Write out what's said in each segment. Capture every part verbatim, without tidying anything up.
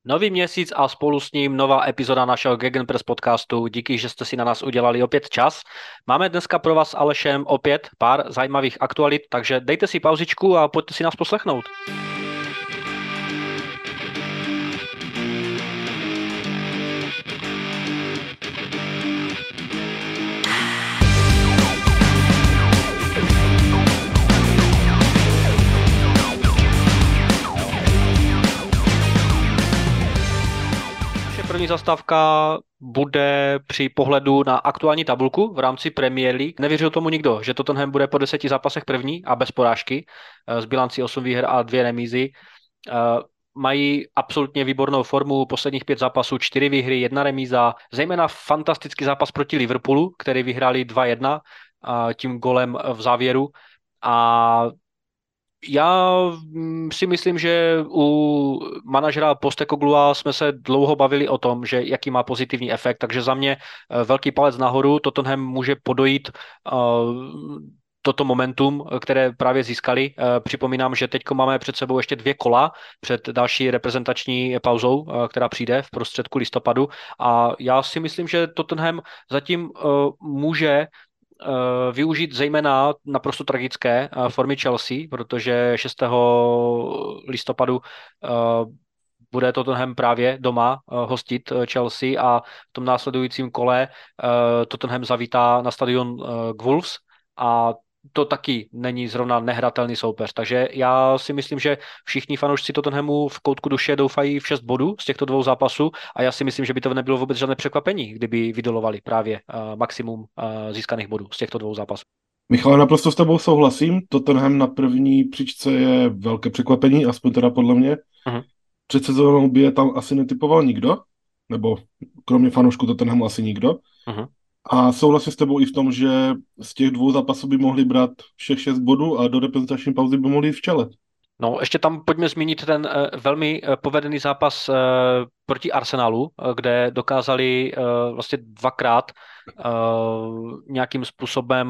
Nový měsíc a spolu s ním nová epizoda našeho Gegenpress podcastu. Díky, že jste si na nás udělali opět čas. Máme dneska pro vás s Alešem opět pár zajímavých aktualit, takže dejte si pauzičku a pojďte si nás poslechnout. První zastávka bude při pohledu na aktuální tabulku v rámci Premier League. Nevěřil tomu nikdo, že Tottenham bude po deseti zápasech první a bez porážky s bilancí osm výher a dvě remízy. Mají absolutně výbornou formu, posledních pět zápasů, čtyři výhry, jedna remíza, zejména fantastický zápas proti Liverpoolu, který vyhráli dva jedna tím golem v závěru. A já si myslím, že u manažera Postecoglua jsme se dlouho bavili o tom, že jaký má pozitivní efekt, takže za mě velký palec nahoru. Tottenham může podojít uh, toto momentum, které právě získali. Uh, připomínám, že teď máme před sebou ještě dvě kola před další reprezentační pauzou, uh, která přijde v prostředku listopadu, a já si myslím, že Tottenham zatím uh, může využít zejména naprosto tragické formy Chelsea, protože šestého listopadu bude Tottenham právě doma hostit Chelsea a v tom následujícím kole Tottenham zavítá na stadion k Wolves a to taky není zrovna nehratelný soupeř. Takže já si myslím, že všichni fanoušci Tottenhamu v koutku duše doufají v šest bodů z těchto dvou zápasů a já si myslím, že by to nebylo vůbec žádné překvapení, kdyby vydolovali právě uh, maximum uh, získaných bodů z těchto dvou zápasů. Michale, naprosto s tebou souhlasím. Tottenham na první příčce je velké překvapení, aspoň teda podle mě. Uh-huh. Před sezónou by je tam asi netypoval nikdo, nebo kromě fanoušků Tottenhamu asi nikdo. Uh-huh. A souhlasím s tebou i v tom, že z těch dvou zápasů by mohli brát všech šest bodů a do reprezentační pauzy by mohli jít v čele. No, ještě tam pojďme zmínit ten uh, velmi uh, povedený zápas uh, proti Arsenalu, uh, kde dokázali uh, vlastně dvakrát uh, nějakým způsobem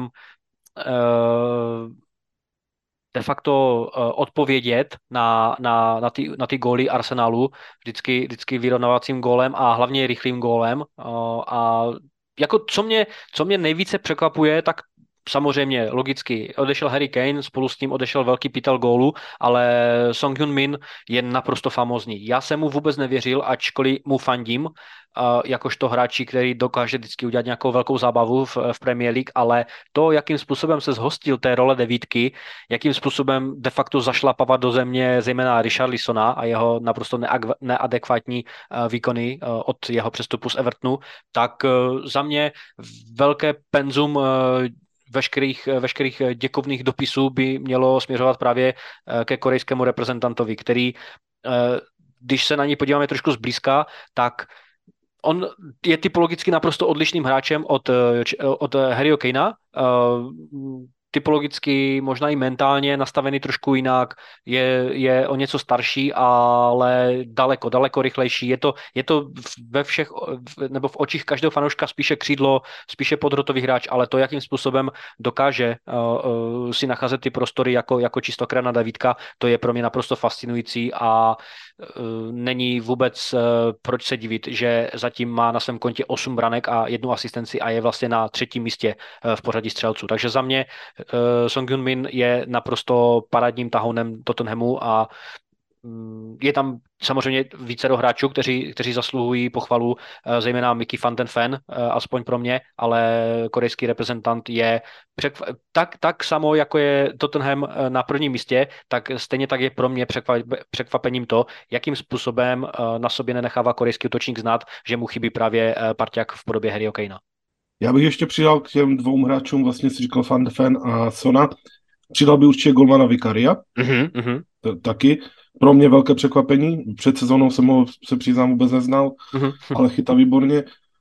uh, de facto uh, odpovědět na, na, na, ty, na ty góly Arsenalu, vždycky, vždycky vyrovnávacím gólem a hlavně rychlým gólem. Uh, a jako co mě, co mě nejvíce překvapuje, tak samozřejmě, logicky, odešel Harry Kane, spolu s tím odešel velký pytel gólu, ale Song Hyun-min je naprosto famózní. Já jsem mu vůbec nevěřil, ačkoliv mu fandím, uh, jakožto hráči, který dokáže vždycky udělat nějakou velkou zábavu v, v Premier League, ale to, jakým způsobem se zhostil té role devítky, jakým způsobem de facto zašlapávat do země zejména Richarlisona a jeho naprosto neadekvátní uh, výkony uh, od jeho přestupu z Evertonu, tak uh, za mě velké penzum uh, veškerých, veškerých děkovných dopisů by mělo směřovat právě ke korejskému reprezentantovi, který, když se na něj podíváme trošku zblízka, tak on je typologicky naprosto odlišným hráčem od, od Harryho Kanea. Typologicky, možná i mentálně nastavený trošku jinak, je, je o něco starší, ale daleko, daleko rychlejší. Je to, je to ve všech, nebo v očích každého fanouška spíše křídlo, spíše podhrotový hráč, ale to, jakým způsobem dokáže uh, uh, si nacházet ty prostory jako, jako čistokrevná devítka, to je pro mě naprosto fascinující a uh, není vůbec uh, proč se divit, že zatím má na svém kontě osm branek a jednu asistenci a je vlastně na třetím místě uh, v pořadí střelců. Takže za mě Uh, Song Hyun-min je naprosto parádním tahounem Tottenhamu a um, je tam samozřejmě více do hráčů, kteří, kteří zasluhují pochvalu, uh, zejména Mickey van den Ven, uh, aspoň pro mě, ale korejský reprezentant je překv- tak, tak samo, jako je Tottenham uh, na prvním místě, tak stejně tak je pro mě překva- překvapením to, jakým způsobem uh, na sobě nenechává korejský útočník znát, že mu chybí právě uh, parťák v podobě Harryho Kanea. Já bych ještě přidal k těm dvou hráčům, vlastně si říkal Van de Ven a Sona, přidal by určitě golmana Vicaria, mm-hmm. T- taky. Pro mě velké překvapení, před sezónou jsem ho, se přiznám, vůbec neznal, mm-hmm. ale chytá výborně.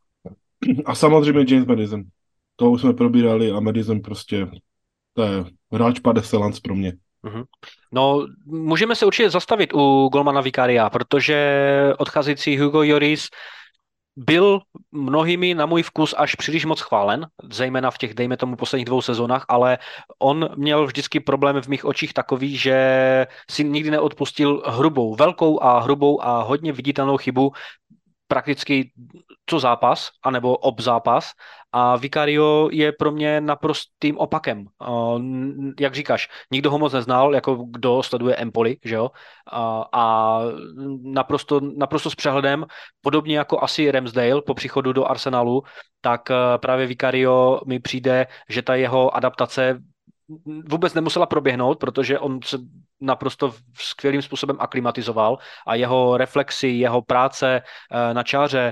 A samozřejmě James Maddison, to už jsme probírali a Maddison prostě, to je hráč par excellence pro mě. Mm-hmm. No, můžeme se určitě zastavit u golmana Vicaria, protože odcházející Hugo Lloris byl mnohými na můj vkus až příliš moc chválen, zejména v těch, dejme tomu, posledních dvou sezónách, ale on měl vždycky problém v mých očích takový, že si nikdy neodpustil hrubou, velkou a hrubou a hodně viditelnou chybu prakticky co zápas, anebo ob zápas. A Vicario je pro mě naprostým opakem. Uh, jak říkáš, nikdo ho moc neznal, jako kdo sleduje Empoli, že jo? Uh, a naprosto, naprosto s přehledem, podobně jako asi Ramsdale po příchodu do Arsenalu, tak uh, právě Vicario mi přijde, že ta jeho adaptace vůbec nemusela proběhnout, protože on se naprosto skvělým způsobem aklimatizoval a jeho reflexy, jeho práce na čáře,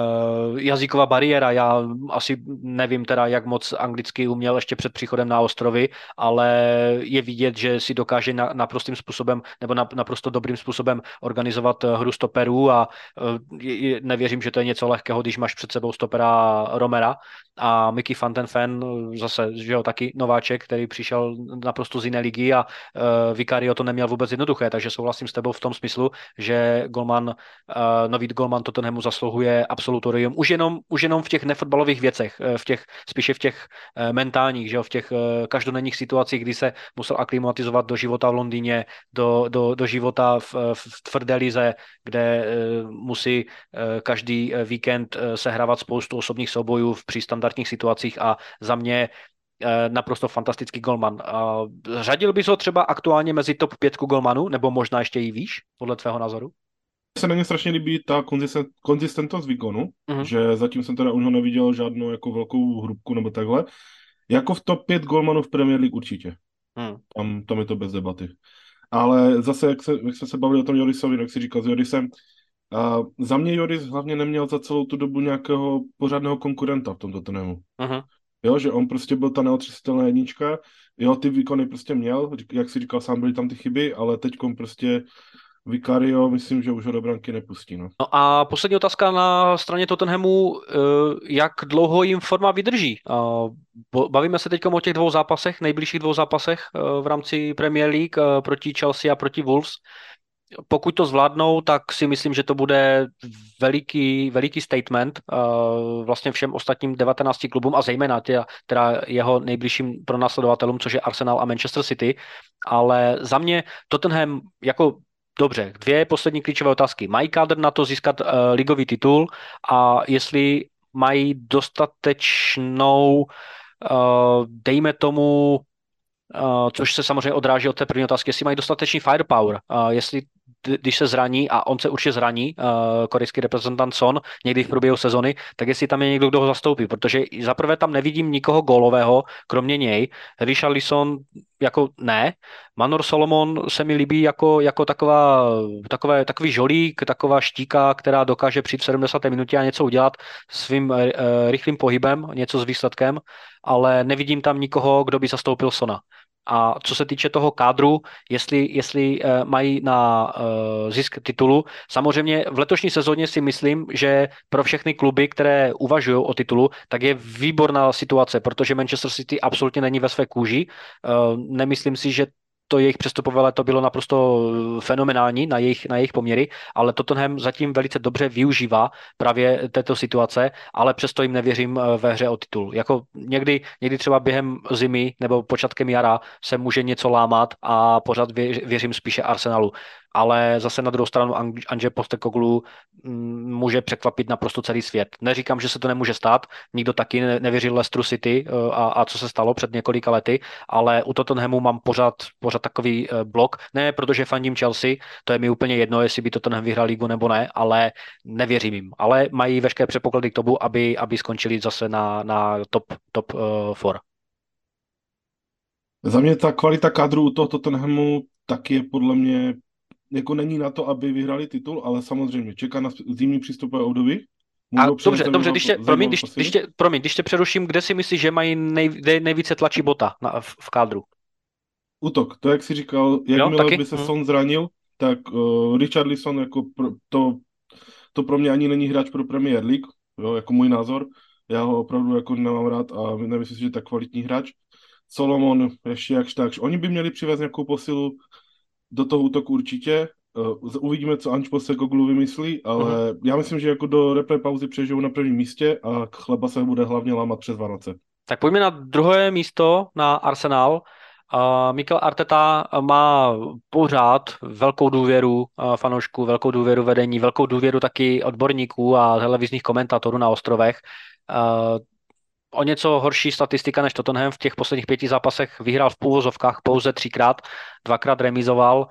jazyková bariéra, já asi nevím teda, jak moc anglicky uměl ještě před příchodem na ostrovy, ale je vidět, že si dokáže naprostým způsobem nebo naprosto dobrým způsobem organizovat hru stoperů a nevěřím, že to je něco lehkého, když máš před sebou stopera Romera a Mickey van den Ven, zase, že jo, taky nováček, který přišel naprosto z jiné ligy a uh, Vicario to neměl vůbec jednoduché, takže souhlasím s tebou v tom smyslu, že golman, uh, nový golman Tottenhamu zasluhuje absolutorium už jenom, už jenom v těch nefotbalových věcech, v těch, spíše v těch uh, mentálních, že jo, v těch uh, každodenních situacích, kdy se musel aklimatizovat do života v Londýně, do, do, do života v, v tvrdé lize, kde uh, musí uh, každý víkend uh, sehrávat spoustu osobních soubojů v přístandardních situacích a za mě naprosto fantastický golman. Řadil bys ho třeba aktuálně mezi top pětku golmanů, nebo možná ještě i výš, podle tvého názoru? Se na mě strašně líbí ta konzisten, konzistentnost výkonu, uh-huh. že zatím jsem teda u něho neviděl žádnou jako velkou hrubku nebo takhle. Jako v top pět golmanů v Premier League určitě. Uh-huh. Tam, tam je to bez debaty. Ale zase, jak, se, jak jsme se bavili o tom Jorisovi, jak si říkal s Jorisem, a za mě Joris hlavně neměl za celou tu dobu nějakého pořádného konkurenta v tomto Tottenhamu. Uh-huh. Jo, že on prostě byl ta neotřesitelná jednička, jo, ty výkony prostě měl, jak si říkal sám, byly tam ty chyby, ale teďkom prostě Vicario, myslím, že už ho do branky nepustí. No. No a poslední otázka na straně Tottenhamu, jak dlouho jim forma vydrží? Bavíme se teď o těch dvou zápasech, nejbližších dvou zápasech v rámci Premier League proti Chelsea a proti Wolves. Pokud to zvládnou, tak si myslím, že to bude veliký, veliký statement uh, vlastně všem ostatním devatenácti klubům a zejména tě, teda jeho nejbližším pronásledovatelům, což je Arsenal a Manchester City. Ale za mě Tottenham jako dobře, dvě poslední klíčové otázky. Mají kádr na to získat uh, ligový titul a jestli mají dostatečnou, uh, dejme tomu, Uh, což se samozřejmě odráží od té první otázky, jestli mají dostatečný firepower, uh, jestli když se zraní, a on se určitě zraní, uh, korejský reprezentant Son, někdy v průběhu sezony, tak jestli tam je někdo, kdo ho zastoupí, protože zaprvé tam nevidím nikoho gólového, kromě něj. Richarlison jako ne. Manor Solomon se mi líbí jako, jako taková, takové, takový žolík, taková štíka, která dokáže přijít v sedmdesáté minutě a něco udělat svým uh, rychlým pohybem, něco s výsledkem, ale nevidím tam nikoho, kdo by zastoupil Sona. A co se týče toho kádru, jestli, jestli uh, mají na uh, zisk titulu, samozřejmě v letošní sezóně si myslím, že pro všechny kluby, které uvažují o titulu, tak je výborná situace, protože Manchester City absolutně není ve své kůži. Uh, nemyslím si, že to jejich přestupové léto bylo naprosto fenomenální na jejich, na jejich poměry, ale Tottenham zatím velice dobře využívá právě této situace, ale přesto jim nevěřím ve hře o titul. Jako někdy, někdy třeba během zimy nebo počátkem jara se může něco lámat a pořád věřím spíše Arsenalu. Ale zase na druhou stranu Ange Postecoglou může překvapit naprosto celý svět. Neříkám, že se to nemůže stát, nikdo taky nevěřil Leicesteru City a, a co se stalo před několika lety, ale u Tottenhamu mám pořád, pořád takový blok, ne protože fandím Chelsea, to je mi úplně jedno, jestli by Tottenham vyhrál ligu nebo ne, ale nevěřím jim. Ale mají veškeré předpoklady k tomu, aby, aby skončili zase na, na top, top uh, four. Za mě ta kvalita kádru u toho Tottenhamu taky je podle mě jako není na to, aby vyhrali titul, ale samozřejmě čeká na zimní přístupové období. A dobře, dobře, když tě, promiň, když, když, tě, promiň, když tě přeruším, kde si myslíš, že mají nej, nejvíce tlačí bota na, v, v kádru? Útok, to jak jsi říkal, jakmile by se hmm. Son zranil, tak uh, Richarlison jako pro, to, to pro mě ani není hráč pro Premier League, jo, jako můj názor. Já ho opravdu jako nemám rád a nemyslím si, že je tak kvalitní hráč. Solomon ještě jakž tak. Oni by měli přivést nějakou posilu do toho útoku určitě Uh, uvidíme, co Ange Postecoglou vymyslí, ale Uh-huh. já myslím, že jako do repre pauzy přežijou na prvním místě a chleba se bude hlavně lámat přes Vánoce. Tak pojďme na druhé místo, na Arsenal. Uh, Mikel Arteta má pořád velkou důvěru uh, fanoušků, velkou důvěru vedení, velkou důvěru taky odborníků a televizních komentátorů na ostrovech. Uh, o něco horší statistika než Tottenham v těch posledních pěti zápasech vyhrál v úvozovkách pouze třikrát, dvakrát remizoval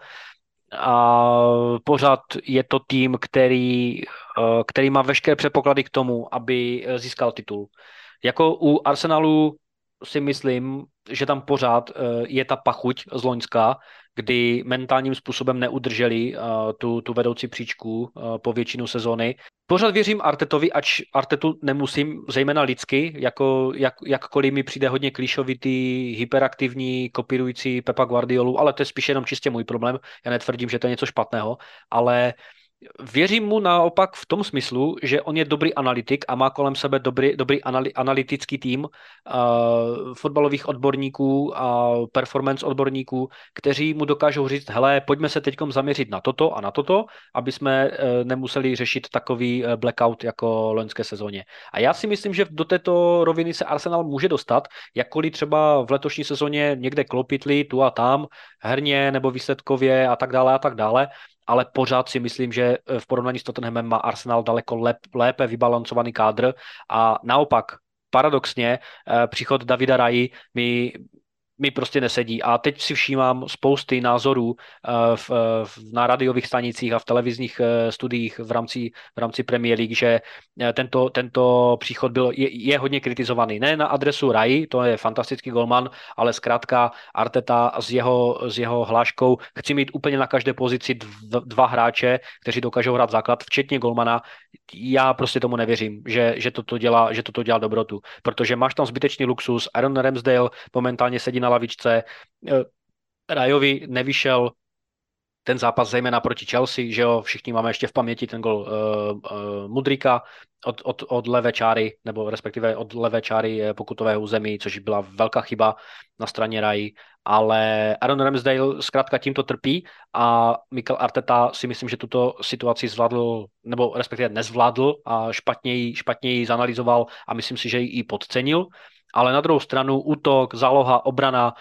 a pořád je to tým, který, uh, který má veškeré předpoklady k tomu, aby získal titul. Jako u Arsenalu si myslím, že tam pořád uh, je ta pachuť z Loňska, kdy mentálním způsobem neudrželi uh, tu, tu vedoucí příčku uh, po většinu sezóny. Pořád věřím Artetovi, ač Artetu nemusím, zejména lidsky, jako, jak, jakkoliv mi přijde hodně klišovitý, hyperaktivní, kopírující Pepa Guardiolu, ale to je spíš jenom čistě můj problém. Já netvrdím, že to je něco špatného, ale věřím mu naopak v tom smyslu, že on je dobrý analytik a má kolem sebe dobrý, dobrý anali, analytický tým uh, fotbalových odborníků a performance odborníků, kteří mu dokážou říct, hele, pojďme se teď zaměřit na toto a na toto, aby jsme uh, nemuseli řešit takový uh, blackout jako loňské sezóně. A já si myslím, že do této roviny se Arsenal může dostat, jakkoliv třeba v letošní sezóně někde klopitli tu a tam, herně nebo výsledkově a tak dále a tak dále, ale pořád si myslím, že v porovnání s Tottenhamem má Arsenal daleko lép, lépe vybalancovaný kádr a naopak paradoxně příchod Davida Raji mi mi prostě nesedí. A teď si všímám spousty názorů v, v, na radiových stanicích a v televizních studiích v rámci, v rámci Premier League, že tento, tento příchod byl, je, je hodně kritizovaný. Ne na adresu Raji, to je fantastický golman, ale zkrátka Arteta s jeho, s jeho hláškou chci mít úplně na každé pozici dva, dva hráče, kteří dokážou hrát základ, včetně golmana. Já prostě tomu nevěřím, že, že, toto dělá, že toto dělá dobrotu, protože máš tam zbytečný luxus. Aaron Ramsdale momentálně sedí na lavičce. Rajovi nevyšel ten zápas zejména proti Chelsea, že jo, všichni máme ještě v paměti ten gol uh, uh, Mudryka od, od, od levé čáry, nebo respektive od levé čáry pokutového území, což byla velká chyba na straně Raji, ale Aaron Ramsdale zkrátka tímto trpí a Mikel Arteta si myslím, že tuto situaci zvládl, nebo respektive nezvládl a špatně ji, špatně ji zanalizoval a myslím si, že ji i podcenil. Ale na druhou stranu útok, záloha, obrana,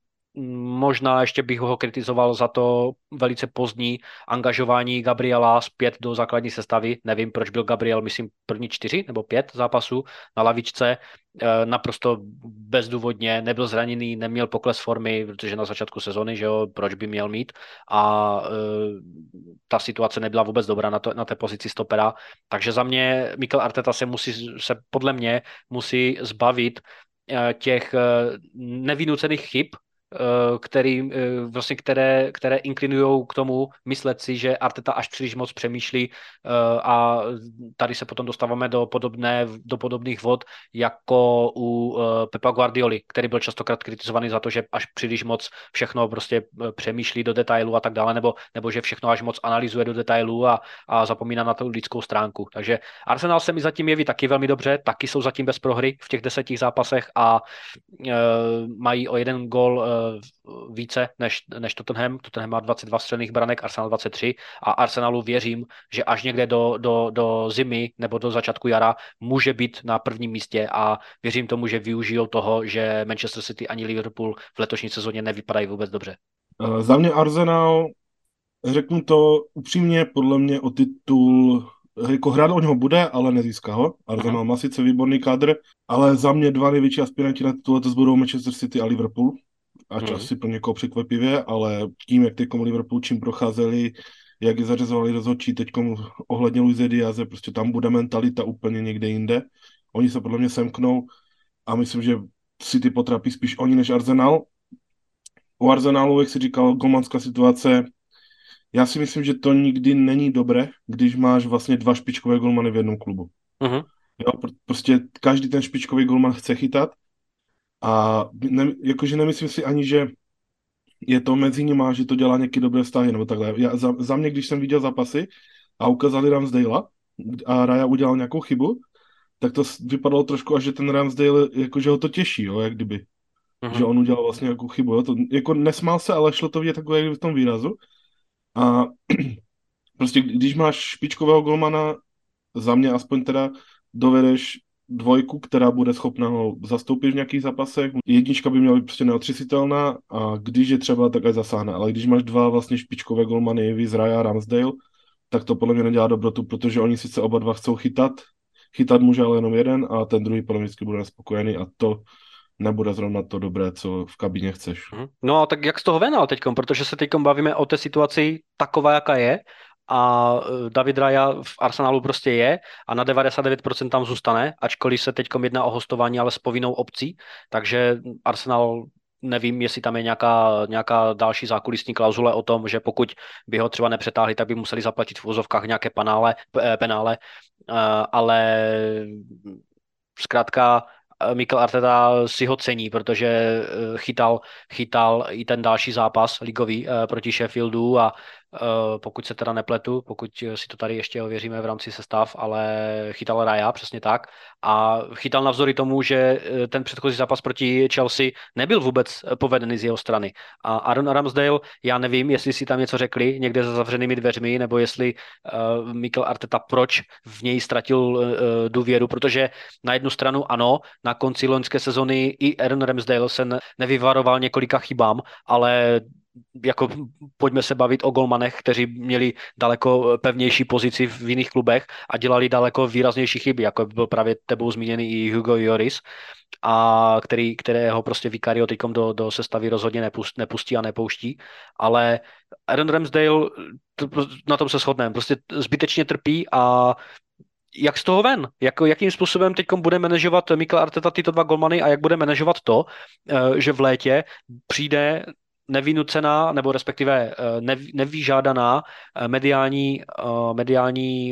možná ještě bych ho kritizoval za to velice pozdní angažování Gabriela zpět do základní sestavy. Nevím, proč byl Gabriel, myslím, první čtyři nebo pět zápasů na lavičce. Naprosto bezdůvodně, nebyl zraněný, neměl pokles formy, protože na začátku sezony, že jo, proč by měl mít. A e, ta situace nebyla vůbec dobrá na, to, na té pozici stopera. Takže za mě Mikel Arteta se musí, se podle mě musí zbavit těch nevynucených chyb, který, vlastně, které, které inklinují k tomu myslet si, že Arteta až příliš moc přemýšlí a tady se potom dostáváme do, podobné, do podobných vod jako u Pepa Guardioli, který byl častokrát kritizovaný za to, že až příliš moc všechno prostě přemýšlí do detailu a tak dále, nebo, nebo že všechno až moc analyzuje do detailu a, a zapomíná na tu lidskou stránku. Takže Arsenal se mi zatím jeví taky velmi dobře, taky jsou zatím bez prohry v těch deseti zápasech a e, mají o jeden gól e, více než, než Tottenham. Tottenham má dvacet dva střelných branek, Arsenal dvacet tři a Arsenalu věřím, že až někde do, do, do zimy nebo do začátku jara může být na prvním místě a věřím tomu, že využijou toho, že Manchester City ani Liverpool v letošní sezóně nevypadají vůbec dobře. Uh, za mě Arsenal, řeknu to upřímně, podle mě o titul jako hrát o něho bude, ale nezíská ho. Arsenal uh-huh. má sice výborný kádr, ale za mě dva největší aspiranti na titul letos budou Manchester City a Liverpool. Ač mm. asi pro někoho překvapivě, ale tím, jak teďkom Liverpool čím procházeli, jak je zařezovali rozhodčí teďkom ohledně Luise Diaze, prostě tam bude mentalita úplně někde jinde. Oni se podle mě semknou a myslím, že City potrapí spíš oni než Arsenal. U Arsenalu, jak si říkal, golmanská situace, já si myslím, že to nikdy není dobré, když máš vlastně dva špičkové golmany v jednom klubu. Mm. Jo, prostě každý ten špičkový golman chce chytat. A ne, jakože nemyslím si ani, že je to mezi nimi, že to dělá nějaké dobré vztahy, nebo takhle. Já, za, za mě, když jsem viděl zápasy a ukázali Ramsdale a Raya udělal nějakou chybu, tak to vypadalo trošku, až že ten Ramsdale, jakože ho to těší, jo, jak kdyby. Uh-huh. Že on udělal vlastně nějakou chybu. Jo. To, jako nesmál se, ale šlo to vidět takové v tom výrazu. A prostě když máš špičkového golmana, za mě aspoň teda dovedeš dvojku, která bude schopna ho zastoupit v nějakých zápasech. Jednička by měla být prostě neotřesitelná a když je třeba, tak aj zasáhne. Ale když máš dva vlastně špičkové golmany, Viz Raya a Ramsdale, tak to podle mě nedělá dobrotu, protože oni sice oba dva chcou chytat, chytat může ale jenom jeden a ten druhý podle mě vždycky bude nespokojený a to nebude zrovna to dobré, co v kabině chceš. No a tak jak z toho ven ale teďkom, protože se teďkom bavíme o té situaci taková, jaká je a David Raya v Arsenalu prostě je a na devadesát devět procent tam zůstane, ačkoliv se teďkom jedná o hostování, ale s povinnou opcí, takže Arsenal nevím, jestli tam je nějaká, nějaká další zákulisní klauzule o tom, že pokud by ho třeba nepřetáhli, tak by museli zaplatit v úzovkách nějaké panále, penále, ale zkrátka Mikel Arteta si ho cení, protože chytal, chytal i ten další zápas ligový proti Sheffieldu a pokud se teda nepletu, pokud si to tady ještě ověříme v rámci sestav, ale chytal Raya, přesně tak. A chytal navzdory tomu, že ten předchozí zápas proti Chelsea nebyl vůbec povedený z jeho strany. A Aaron Ramsdale, já nevím, jestli si tam něco řekli někde za zavřenými dveřmi, nebo jestli uh, Mikel Arteta proč v něj ztratil uh, důvěru, protože na jednu stranu ano, na konci loňské sezony i Aaron Ramsdale se nevyvaroval několika chybám, ale jako pojďme se bavit o golmanech, kteří měli daleko pevnější pozici v jiných klubech a dělali daleko výraznější chyby, jako byl právě tebou zmíněný i Hugo Lloris, a který, kterého prostě Vicario teďkom do, do sestavy rozhodně nepust, nepustí a nepouští, ale Aaron Ramsdale, to, na tom se shodneme, prostě zbytečně trpí a jak z toho ven? Jak, jakým způsobem teď bude manažovat Mikel Arteta tyto dva golmany a jak bude manažovat to, že v létě přijde nevynucená, nebo respektive nev, nevyžádaná mediální, mediální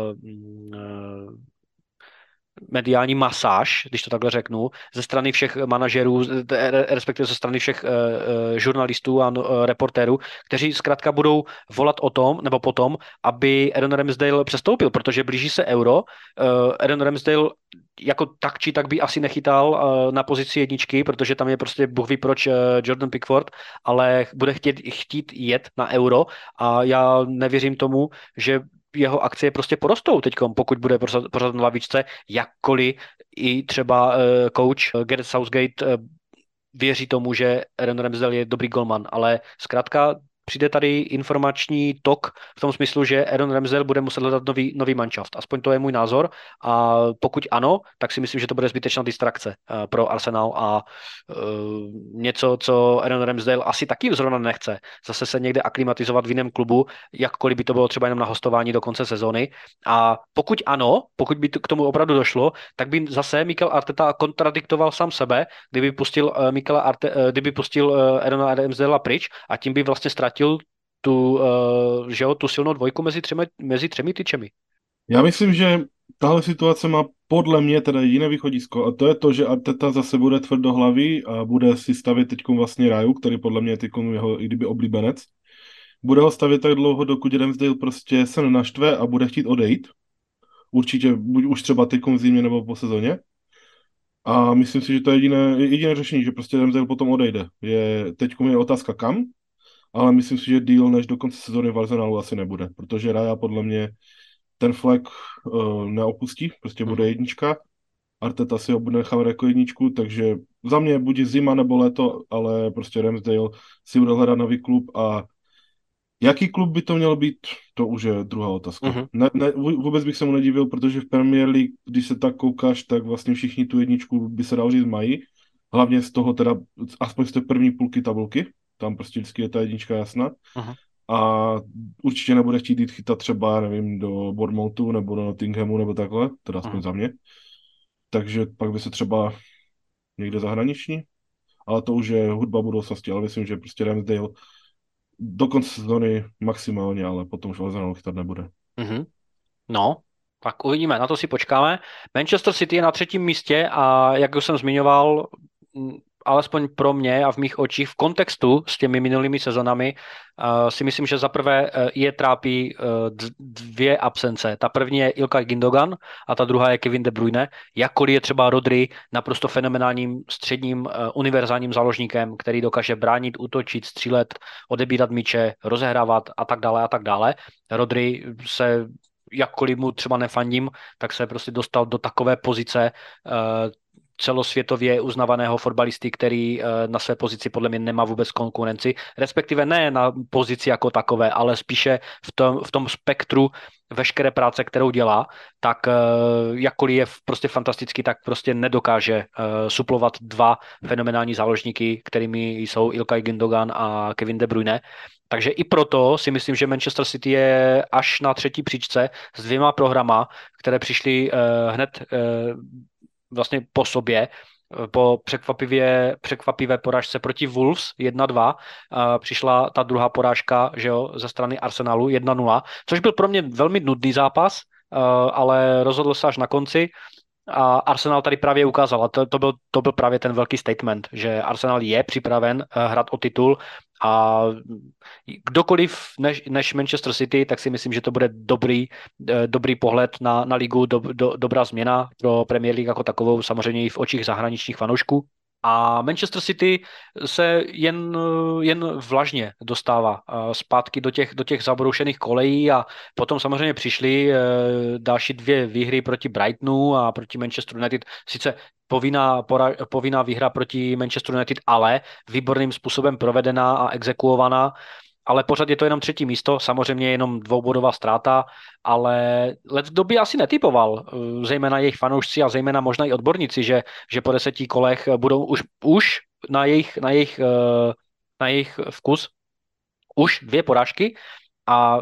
mediální masáž, když to takhle řeknu, ze strany všech manažerů, respektive ze strany všech uh, žurnalistů a uh, reportérů, kteří zkrátka budou volat o tom, nebo potom, aby Aaron Ramsdale přestoupil, protože blíží se Euro. Uh, Aaron Ramsdale jako tak či tak by asi nechytal uh, na pozici jedničky, protože tam je prostě bůh ví proč uh, Jordan Pickford, ale bude chtít, chtít jet na Euro a já nevěřím tomu, že jeho akcie prostě porostou teďkom, pokud bude pořád na lavičce, jakkoliv i třeba uh, coach uh, Gareth Southgate uh, věří tomu, že Aaron Ramsdale je dobrý golman, ale zkrátka přijde tady informační tok v tom smyslu, že Aaron Ramsdale bude muset hledat nový, nový manšaft. Aspoň to je můj názor a pokud ano, tak si myslím, že to bude zbytečná distrakce uh, pro Arsenal a uh, něco, co Aaron Ramsdale asi taky zrovna nechce. Zase se někde aklimatizovat v jiném klubu, jakkoliv by to bylo třeba jenom na hostování do konce sezóny. A pokud ano, pokud by to k tomu opravdu došlo, tak by zase Mikel Arteta kontradiktoval sám sebe, kdyby pustil uh, Mikela Arte, uh, kdyby pustil uh, Aarona Ramsdalea pryč a tím by vlastně ztratil tu, uh, že jo, tu silnou dvojku mezi třemi, mezi třemi tyčemi. Já myslím, že tahle situace má podle mě teda jiné východisko a to je to, že Arteta zase bude tvrdohlavý a bude si stavět teď vlastně Raju, který podle mě je teď jeho i kdyby oblíbenec. Bude ho stavět tak dlouho, dokud Ramsdale prostě se nenaštve a bude chtít odejít. Určitě buď už třeba teď v zimě nebo po sezóně. A myslím si, že to je jediné, jediné řešení, že prostě Ramsdale potom odejde. Je, teď je otázka kam, ale myslím si, že deal než do konce sezóny v Arsenalu asi nebude, protože Raya podle mě ten flag uh, neopustí, prostě bude jednička. Arteta si ho bude nechat jako jedničku, takže za mě buď zima nebo léto, ale prostě Ramsdale si bude hledat nový klub a jaký klub by to měl být, to už je druhá otázka. Uh-huh. Ne, ne, vůbec bych se mu nedivil, protože v Premier League, když se tak koukáš, tak vlastně všichni tu jedničku by se dal říct mají. Hlavně z toho teda, aspoň z té první půlky tabulky, tam prostě vždycky je ta jednička jasná. Uh-huh. A určitě nebude chtít jít chytat třeba, nevím, do Bournemouthu nebo do Nottinghamu nebo takhle, teda aspoň uh-huh. za mě. Takže pak by se třeba někde zahraniční, ale to už je hudba budoucnosti, ale myslím, že prostě Ramsdale do konce sezóny maximálně, ale potom už Arsenal chytat nebude. Mm-hmm. No, tak uvidíme, na to si počkáme. Manchester City je na třetím místě a jak už jsem zmiňoval, alespoň pro mě a v mých očích v kontextu s těmi minulými sezonami uh, si myslím, že zaprvé uh, je trápí uh, dvě absence. Ta první je Ilkay Gündogan a ta druhá je Kevin De Bruyne. Jakkoliv je třeba Rodri naprosto fenomenálním středním uh, univerzálním záložníkem, který dokáže bránit, útočit, střílet, odebírat míče, rozehrávat a tak dále a tak dále. Rodri se jakkoliv mu třeba nefandím, tak se prostě dostal do takové pozice uh, celosvětově uznávaného fotbalisty, který na své pozici podle mě nemá vůbec konkurenci, respektive ne na pozici jako takové, ale spíše v tom, v tom spektru veškeré práce, kterou dělá, tak jakkoliv je prostě fantastický, tak prostě nedokáže suplovat dva fenomenální záložníky, kterými jsou Ilkay Gündogan a Kevin De Bruyne. Takže i proto si myslím, že Manchester City je až na třetí příčce s dvěma programa, které přišly hned vlastně po sobě, po překvapivě, překvapivé porážce proti Wolves jedna dva, přišla ta druhá porážka, že jo, ze strany Arsenalu jedna nula, což byl pro mě velmi nudný zápas, ale rozhodl se až na konci. A Arsenal tady právě ukázal, a to, to, byl, to byl právě ten velký statement, že Arsenal je připraven hrát o titul a kdokoliv než, než Manchester City, tak si myslím, že to bude dobrý, dobrý pohled na, na ligu, do, do, dobrá změna pro Premier League jako takovou, samozřejmě i v očích zahraničních fanoušků. A Manchester City se jen, jen vlažně dostává zpátky do těch, do těch zabroušených kolejí a potom samozřejmě přišly další dvě výhry proti Brightonu a proti Manchester United. Sice povinná, pora, povinná výhra proti Manchester United, ale výborným způsobem provedená a exekuovaná. Ale pořád je to jenom třetí místo, samozřejmě jenom dvoubodová ztráta, ale let kdo by asi netypoval, zejména jejich fanoušci a zejména možná i odborníci, že, že po deseti kolech budou už, už na, jejich, na, jejich, na jejich vkus už dvě porážky a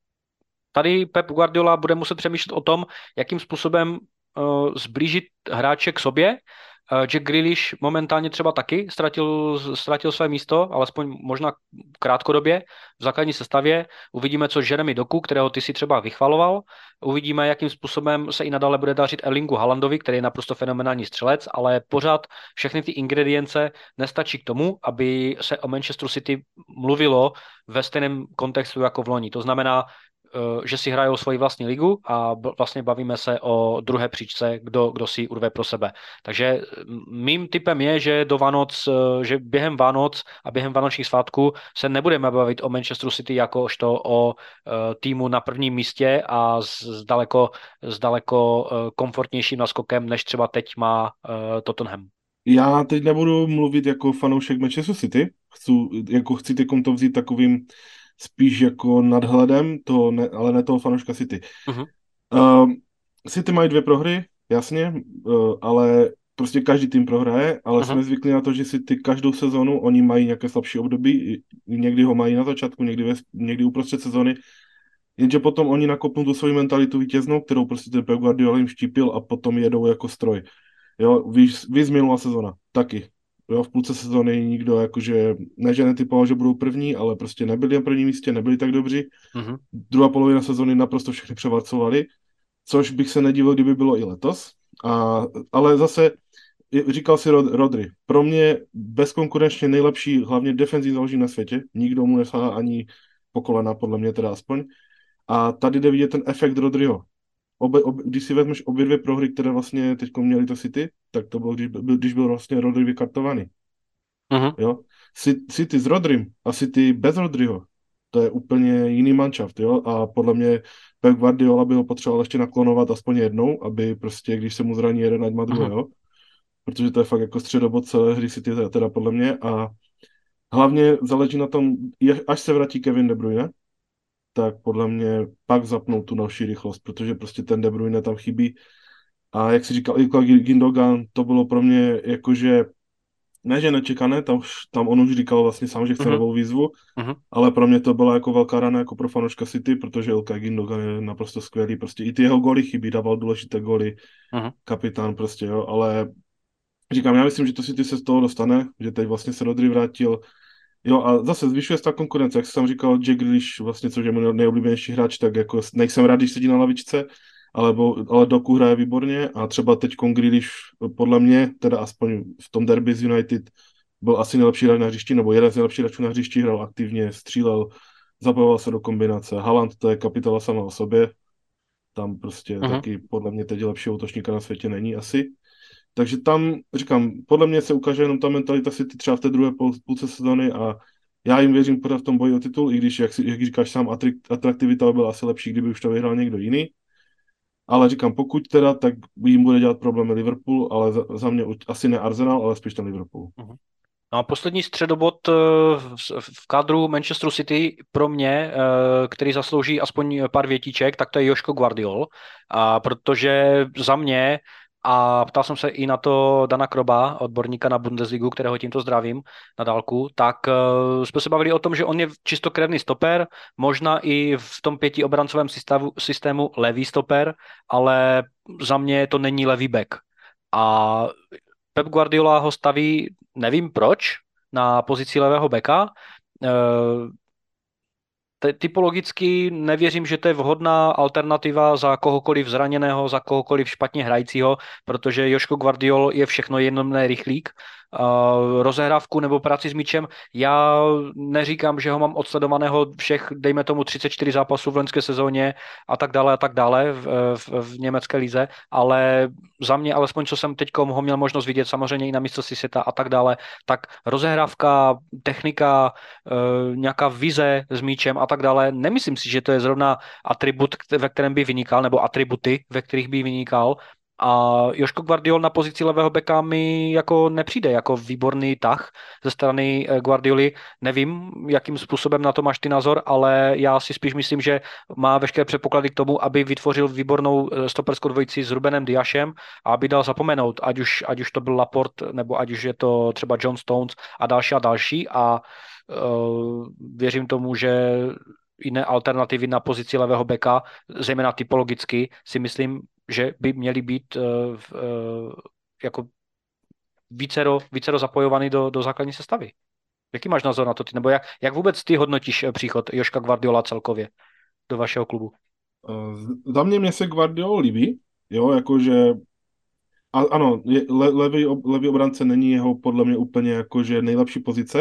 tady Pep Guardiola bude muset přemýšlet o tom, jakým způsobem zblížit hráče k sobě. Jack Grealish momentálně třeba taky ztratil, ztratil své místo, alespoň možná krátkodobě v základní sestavě. Uvidíme, co Jeremy Doku, kterého ty si třeba vychvaloval. Uvidíme, jakým způsobem se i nadále bude dařit Erlingu Haalandovi, který je naprosto fenomenální střelec, ale pořád všechny ty ingredience nestačí k tomu, aby se o Manchester City mluvilo ve stejném kontextu jako v loni. To znamená, že si hrajou svoji vlastní ligu a vlastně bavíme se o druhé příčce, kdo, kdo si urve pro sebe. Takže mým tipem je, že do Vánoc, že během Vánoc a během vánočních svátků se nebudeme bavit o Manchesteru City jakožto o týmu na prvním místě a s daleko, s daleko komfortnějším naskokem, než třeba teď má Tottenham. Já teď nebudu mluvit jako fanoušek Manchester City, chci, jako chci to vzít takovým spíš jako nadhledem, toho ne, ale ne toho fanouška City. Uh-huh. Uh, City mají dvě prohry, jasně, uh, ale prostě každý tým prohraje, ale uh-huh. jsme zvyklí na to, že City každou sezonu, oni mají nějaké slabší období, někdy ho mají na začátku, někdy, ve, někdy uprostřed sezony, jenže potom oni nakopnou tu svoji mentalitu vítěznou, kterou prostě ten Pep Guardiola jim štípil a potom jedou jako stroj. Jo, víš, víš minulá sezona, taky. Jo, v půlce sezóny nikdo jakože, ne že netypoval, že budou první, ale prostě nebyli na prvním místě, nebyli tak dobří. Uh-huh. Druhá polovina sezóny naprosto všechny převarcovali, což bych se nedivil, kdyby bylo i letos. A, ale zase, říkal si Rod, Rodri, pro mě bezkonkurenčně nejlepší, hlavně defenzivní záložník na světě, nikdo mu nesahá ani po kolena, podle mě teda aspoň. A tady jde vidět ten efekt Rodriho. Obe, obe, když si vezmeš obě dvě prohry, které vlastně teď měli to City, tak to bylo, když byl, když byl vlastně Rodri vykartovaný. Uh-huh. Jo? City s Rodrym a City bez Rodriho, to je úplně jiný manšaft, jo, a podle mě Pep Guardiola by ho potřeboval ještě naklonovat aspoň jednou, aby prostě, když se mu zraní jeden, ať má druhého, uh-huh. protože to je fakt jako středobod celé hry City, teda podle mě, a hlavně záleží na tom, až se vrátí Kevin De Bruyne, tak podle mě pak zapnou tu další rychlost, protože prostě ten De Bruyne tam chybí. A jak si říkal Ilkay Gündogan, to bylo pro mě jakože, ne že nečekané, tam, tam on už říkal vlastně sám, že chce uh-huh. novou výzvu, uh-huh. ale pro mě to byla jako velká rana jako pro fanouška City, protože Ilkay Gündogan je naprosto skvělý, prostě i ty jeho góly chybí, dával důležité góly, uh-huh. kapitán prostě, jo, ale říkám, já myslím, že to City se z toho dostane, že teď vlastně se Rodri vrátil. Jo, a zase zvyšuje se ta konkurence, jak jsem říkal, Jack Grealish, vlastně, což je můj nejoblíbenější hráč, tak jako nejsem rád, když sedí na lavičce, ale, bo, ale Doku hraje výborně a třeba teď Grealish podle mě, teda aspoň v tom derby z United, byl asi nejlepší hráč na hřišti, nebo jeden z nejlepších hráčů na hřišti, hrál aktivně, střílel, zapojoval se do kombinace. Haaland to je kapitola sama o sobě, tam prostě Uh-huh. taky podle mě teď lepšího útočníka na světě není asi. Takže tam, říkám, podle mě se ukáže jenom ta mentalita City třeba v té druhé půlce sezóny a já jim věřím pořád v tom boji o titul, i když, jak, si, jak říkáš sám, atraktivita by byla asi lepší, kdyby už to vyhrál někdo jiný. Ale říkám, pokud teda, tak jim bude dělat problémy Liverpool, ale za, za mě asi ne Arsenal, ale spíš ten Liverpool. Uh-huh. No a poslední středobod v kádru Manchesteru City pro mě, který zaslouží aspoň pár větíček, tak to je Joško Guardiol, a protože za mě, a ptal jsem se i na to Dana Kroba, odborníka na Bundesligu, kterého tímto zdravím na dálku, tak jsme se bavili o tom, že on je čistokrevný stoper, možná i v tom pětiobrancovém systému, systému levý stoper, ale za mě to není levý back. A Pep Guardiola ho staví, nevím proč, na pozici levého beka. Typologicky nevěřím, že to je vhodná alternativa za kohokoliv zraněného, za kohokoliv špatně hrajícího, protože Joško Guardiol je všechno jenom ne rychlík. Uh, rozehrávku nebo práci s míčem. Já neříkám, že ho mám odsledovaného všech, dejme tomu třicet čtyři zápasů v loňské sezóně a tak dále a tak dále v, v, v německé lize, ale za mě, alespoň co jsem teď ho měl možnost vidět, samozřejmě i na mistrovství světa a tak dále, tak rozehrávka, technika, uh, nějaká vize s míčem a tak dále, nemyslím si, že to je zrovna atribut, ve kterém by vynikal, nebo atributy, ve kterých by vynikal. A Joško Guardiol na pozici levého beka mi jako nepřijde jako výborný tah ze strany Guardioli. Nevím, jakým způsobem na to máš ty názor, ale já si spíš myslím, že má veškeré předpoklady k tomu, aby vytvořil výbornou stoperskou dvojici s Rubenem Diashem a aby dal zapomenout, ať už, ať už to byl Laporte, nebo ať už je to třeba John Stones a další a další. A uh, věřím tomu, že jiné alternativy na pozici levého beka, zejména typologicky, si myslím, že by měly být uh, uh, jako vícero, vícero zapojovaný do, do základní sestavy. Jaký máš názor na to ty? Nebo jak, jak vůbec ty hodnotíš příchod Joška Guardiola celkově do vašeho klubu? Uh, za mě mě se Guardiol líbí, jo, jakože a, ano, je, le, levý, levý obránce není jeho podle mě úplně jakože nejlepší pozice,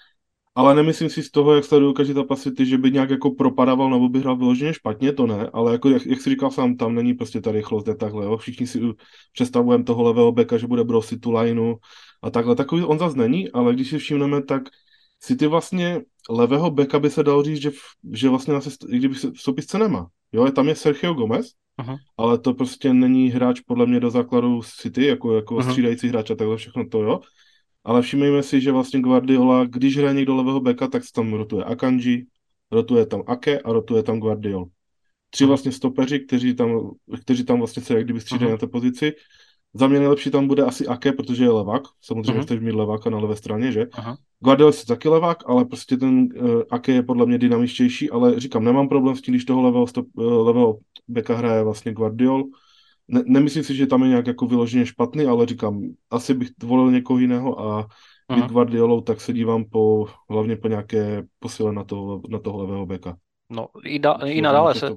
ale nemyslím si z toho, jak sleduju každý zápas City, že by nějak jako propadával nebo by hrál vyloženě špatně, to ne, ale jako jak, jak jsi říkal sám, tam není prostě ta rychlost, je takhle, jo. Všichni si představujeme toho levého beka, že bude brosit tu lineu a takhle. Takový on zase není, ale když si všimneme, tak City vlastně levého beka by se dalo říct, že, že vlastně na sest, kdyby se v soupisce nemá. Jo, tam je Sergio Gomez, uh-huh. ale to prostě není hráč podle mě do základu City, jako, jako uh-huh. střídající hráč a takhle všechno to, jo. Ale všimejme si, že vlastně Guardiola, když hraje někdo levého beka, tak se tam rotuje Akanji, rotuje tam Ake a rotuje tam Guardiol. Tři uh-huh. vlastně stopeři, kteří tam, kteří tam vlastně se jak kdyby střídají uh-huh. na té pozici. Za mě nejlepší tam bude asi Ake, protože je levák. Samozřejmě uh-huh. chceš mít leváka na levé straně, že? Uh-huh. Guardiola je taky levák, ale prostě ten uh, Ake je podle mě dynamičtější, ale říkám, nemám problém s tím, když toho levého, stop, uh, levého beka hraje vlastně Guardiol. Ne, nemyslím si, že tam je nějak jako vyloženě špatný, ale říkám, asi bych volil někoho jiného a být uh-huh. Guardiolou, tak se dívám po, hlavně po nějaké posile na, to, na toho levého beka. No i, da, i nadále se...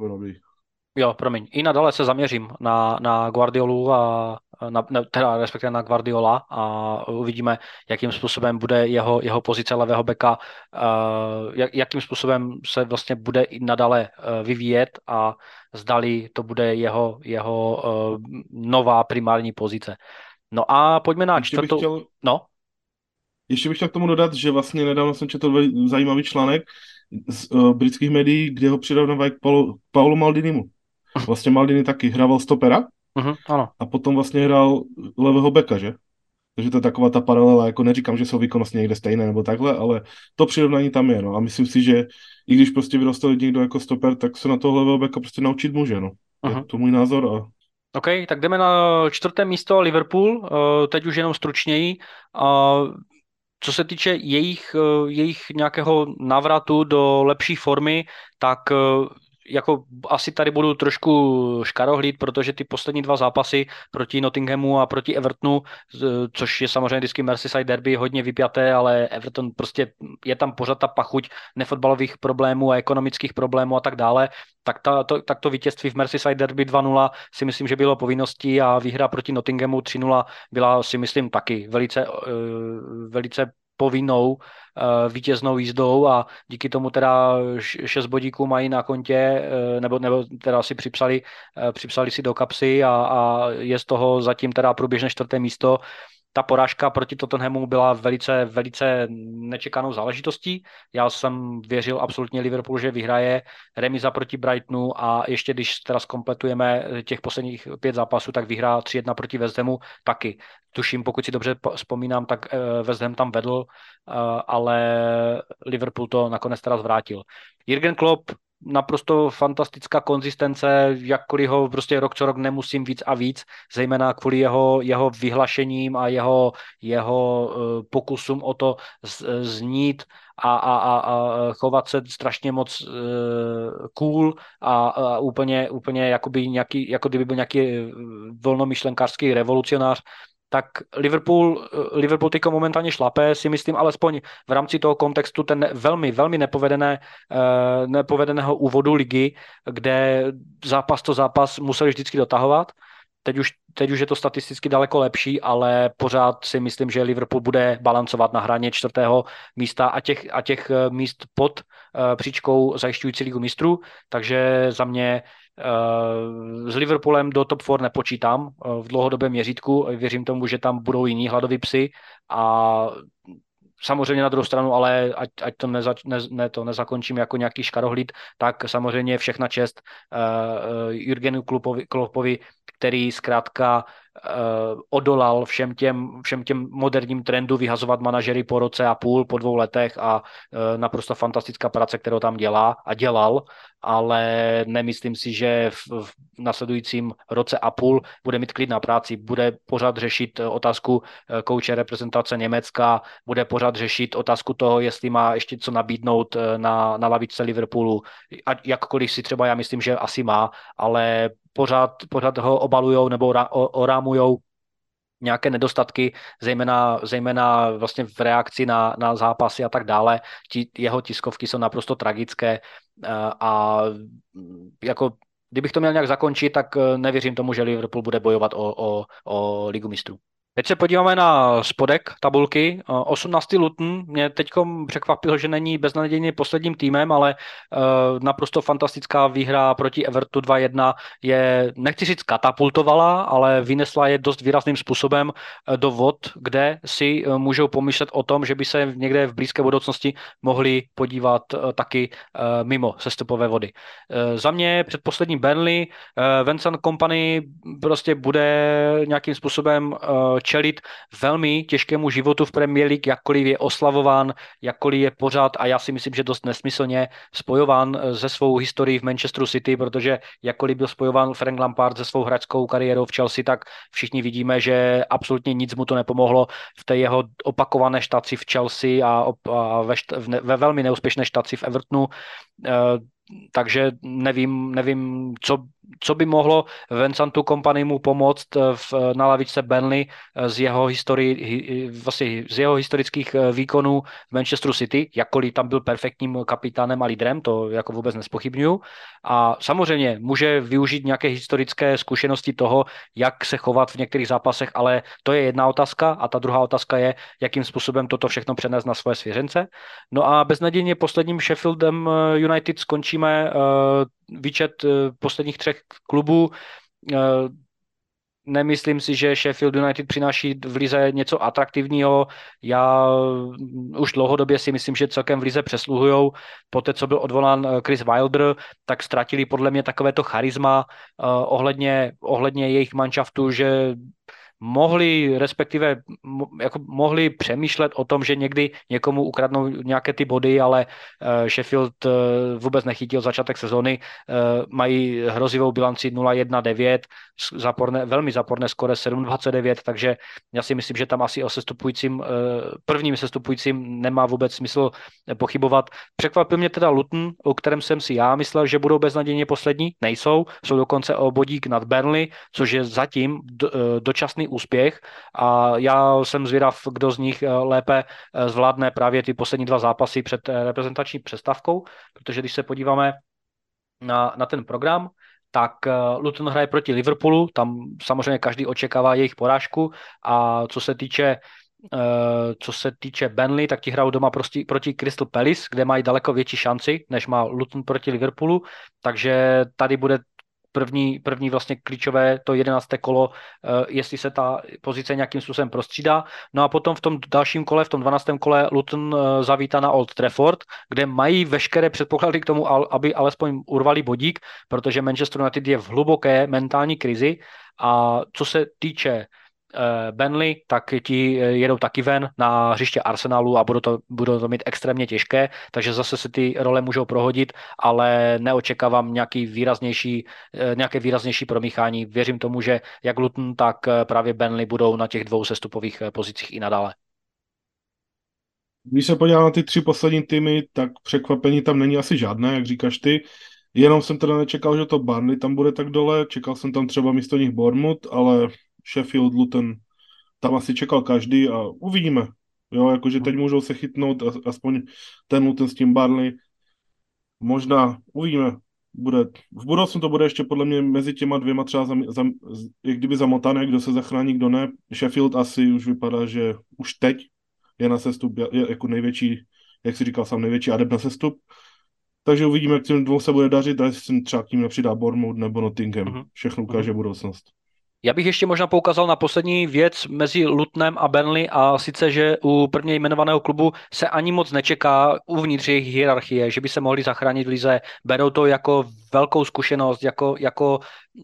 Jo, promiň. I nadále se zaměřím na, na Guardiolu a na, ne, teda respektive na Guardiola a uvidíme, jakým způsobem bude jeho, jeho pozice levého beka, uh, jak, jakým způsobem se vlastně bude i nadále uh, vyvíjet a zdali to bude jeho, jeho uh, nová primární pozice. No a pojďme na ještě čtvrtou... Bych chtěl, no? Ještě bych chtěl k tomu dodat, že vlastně nedávno jsem četl zajímavý článek z uh, britských médií, kde ho přirovnávají k Paulu, Paulu Maldinimu. Vlastně Maldini taky hrával stopera uh-huh, ano. a potom vlastně hrál levého beka, že? Takže to je taková ta paralela, jako neříkám, že jsou výkonnostně někde stejné nebo takhle, ale to přirovnání tam je, no. A myslím si, že i když prostě vyrostl někdo jako stoper, tak se na toho levého beka prostě naučit může, no. Uh-huh. Je to můj názor a... OK, tak jdeme na čtvrté místo Liverpool, teď už jenom stručněji. Co se týče jejich, jejich nějakého návratu do lepší formy, tak jako asi tady budu trošku škarohlíd, protože ty poslední dva zápasy proti Nottinghamu a proti Evertonu, což je samozřejmě vždycky Merseyside derby hodně vypjaté, ale Everton prostě je tam pořád ta pachuť nefotbalových problémů a ekonomických problémů a tak dále, tak, ta, to, tak to vítězství v Merseyside derby dva nula si myslím, že bylo povinností a výhra proti Nottinghamu tři nula byla si myslím taky velice, velice povinnou uh, vítěznou jízdou a díky tomu teda šest bodíků mají na kontě, uh, nebo, nebo teda si připsali, uh, připsali si do kapsy a, a je z toho zatím teda průběžné čtvrté místo. Ta porážka proti Tottenhamu byla velice, velice nečekanou záležitostí. Já jsem věřil absolutně Liverpool, že vyhraje, remiza proti Brightonu a ještě když teda zkompletujeme těch posledních pět zápasů, tak vyhrá tři jedna proti West Hamu taky. Tuším, pokud si dobře vzpomínám, tak West Ham tam vedl, ale Liverpool to nakonec teda zvrátil. Jürgen Klopp, naprosto fantastická konzistence, jakkoliv ho prostě rok co rok nemusím víc a víc, zejména kvůli jeho, jeho vyhlašením a jeho, jeho pokusům o to znít a, a, a, a chovat se strašně moc uh, cool a, a úplně, úplně jakoby nějaký, jako kdyby byl nějaký volnomyšlenkářský revolucionář, tak Liverpool, Liverpool teďko momentálně šlape, si myslím, alespoň v rámci toho kontextu ten velmi, velmi nepovedené, nepovedeného úvodu ligy, kde zápas to zápas museli vždycky dotahovat. Teď už, teď už je to statisticky daleko lepší, ale pořád si myslím, že Liverpool bude balancovat na hraně čtvrtého místa a těch, a těch míst pod uh, příčkou zajišťující ligu mistrů, takže za mě uh, s Liverpoolem do top čtyři nepočítám uh, v dlouhodobém měřítku. Věřím tomu, že tam budou jiní hladoví psy a samozřejmě na druhou stranu, ale ať, ať to, neza, ne, ne, to nezakončím jako nějaký škarohlíd, tak samozřejmě všechna čest uh, Jurgenu Kloppovi, Kloppovi, který zkrátka uh, odolal všem těm, všem těm moderním trendu vyhazovat manažery po roce a půl, po dvou letech a uh, naprosto fantastická práce, kterou tam dělá a dělal, ale nemyslím si, že v, v nasledujícím roce a půl bude mít klid na práci, bude pořád řešit otázku kouče reprezentace Německa, bude pořád řešit otázku toho, jestli má ještě co nabídnout na, na lavičce Liverpoolu, a jakkoliv si třeba já myslím, že asi má, ale pořád, pořád ho obalujou nebo orámujou nějaké nedostatky, zejména, zejména vlastně v reakci na, na zápasy a tak dále. Ti, jeho tiskovky jsou naprosto tragické a jako kdybych to měl nějak zakončit, tak nevěřím tomu, že Liverpool bude bojovat o, o, o ligu mistrů. Teď se podíváme na spodek tabulky. osmnáctý Luton mě teď překvapil, že není beznadějně posledním týmem, ale uh, naprosto fantastická výhra proti Evertu dva jedna je, nechci říct katapultovala, ale vynesla je dost výrazným způsobem do vod, kde si můžou pomýšlet o tom, že by se někde v blízké budoucnosti mohli podívat uh, taky uh, mimo sestupové vody. Uh, za mě předposlední Burnley, uh, Vincent Kompany prostě bude nějakým způsobem uh, čelit velmi těžkému životu v Premier League, jakkoliv je oslavován, jakkoliv je pořád, a já si myslím, že dost nesmyslně spojován se svou historií v Manchesteru City, protože jakkoliv byl spojován Frank Lampard se svou hráčskou kariérou v Chelsea, tak všichni vidíme, že absolutně nic mu to nepomohlo v té jeho opakované štaci v Chelsea a, a ve, ve, ve velmi neúspěšné štaci v Evertonu. Uh, takže nevím, nevím co, co by mohlo Vincentu Kompanymu pomoct v, na lavičce Burnley z jeho, historii, vlastně z jeho historických výkonů v Manchesteru City, jakkoliv tam byl perfektním kapitánem a lídrem, to jako vůbec nespochybnuju. A samozřejmě může využít nějaké historické zkušenosti toho, jak se chovat v některých zápasech, ale to je jedna otázka a ta druhá otázka je, jakým způsobem toto všechno přenést na svoje svěřence. No a beznadějně posledním Sheffieldem United skončíme výčet posledních třech klubů. Nemyslím si, že Sheffield United přináší v lize něco atraktivního. Já už dlouhodobě si myslím, že celkem v lize přesluhujou. Poté, co byl odvolán Chris Wilder, tak ztratili podle mě takovéto charisma ohledně, ohledně jejich manšaftu, že mohli, respektive jako mohli přemýšlet o tom, že někdy někomu ukradnou nějaké ty body, ale Sheffield vůbec nechytil začátek sezóny, mají hrozivou bilanci nula jedna devět, záporné, velmi záporné skóre sedm dvacet devět, takže já si myslím, že tam asi o sestupujícím, prvním sestupujícím nemá vůbec smysl pochybovat. Překvapil mě teda Luton, o kterém jsem si já myslel, že budou beznadějně poslední, nejsou, jsou dokonce o bodík nad Burnley, což je zatím do, dočasný úspěch a já jsem zvědav, kdo z nich lépe zvládne právě ty poslední dva zápasy před reprezentační přestávkou, protože když se podíváme na, na ten program, tak Luton hraje proti Liverpoolu, tam samozřejmě každý očekává jejich porážku a co se týče co se týče Burnley, tak ti hrajou doma proti, proti Crystal Palace, kde mají daleko větší šanci, než má Luton proti Liverpoolu, takže tady bude první, první vlastně klíčové to jedenácté kolo, jestli se ta pozice nějakým způsobem prostřídá. No a potom v tom dalším kole, v tom dvanáctém kole Luton zavítá na Old Trafford, kde mají veškeré předpoklady k tomu, aby alespoň urvali bodík, protože Manchester United je v hluboké mentální krizi a co se týče Burnley, tak ti jedou taky ven na hřiště Arsenalu a budou to, budou to mít extrémně těžké, takže zase se ty role můžou prohodit, ale neočekávám nějaký výraznější, nějaké výraznější promíchání. Věřím tomu, že jak Luton, tak právě Burnley budou na těch dvou sestupových pozicích i nadále. Když se podívám na ty tři poslední týmy, tak překvapení tam není asi žádné, jak říkáš ty. Jenom jsem teda nečekal, že to Burnley tam bude tak dole, čekal jsem tam třeba místo nich Bournemouth, ale Sheffield, Luton, tam asi čekal každý a uvidíme. Jo, jakože teď můžou se chytnout, aspoň ten Luton s tím Burnley. Možná, uvidíme. Bude, v budoucnu to bude ještě podle mě mezi těma dvěma třeba zam, zam, jak kdyby zamotané, kdo se zachrání, kdo ne. Sheffield asi už vypadá, že už teď je na sestup, je jako největší, jak si říkal sám, největší adept na sestup. Takže uvidíme, jak těm dvou se bude dařit a jestli se třeba k tím nepřidá Bournemouth nebo Nottingham. Všechno ukáže budoucnost. Já bych ještě možná poukázal na poslední věc mezi Lutonem a Burnley a sice, že u prvně jmenovaného klubu se ani moc nečeká uvnitř jejich hierarchie, že by se mohli zachránit v lize. Berou to jako velkou zkušenost, jako, jako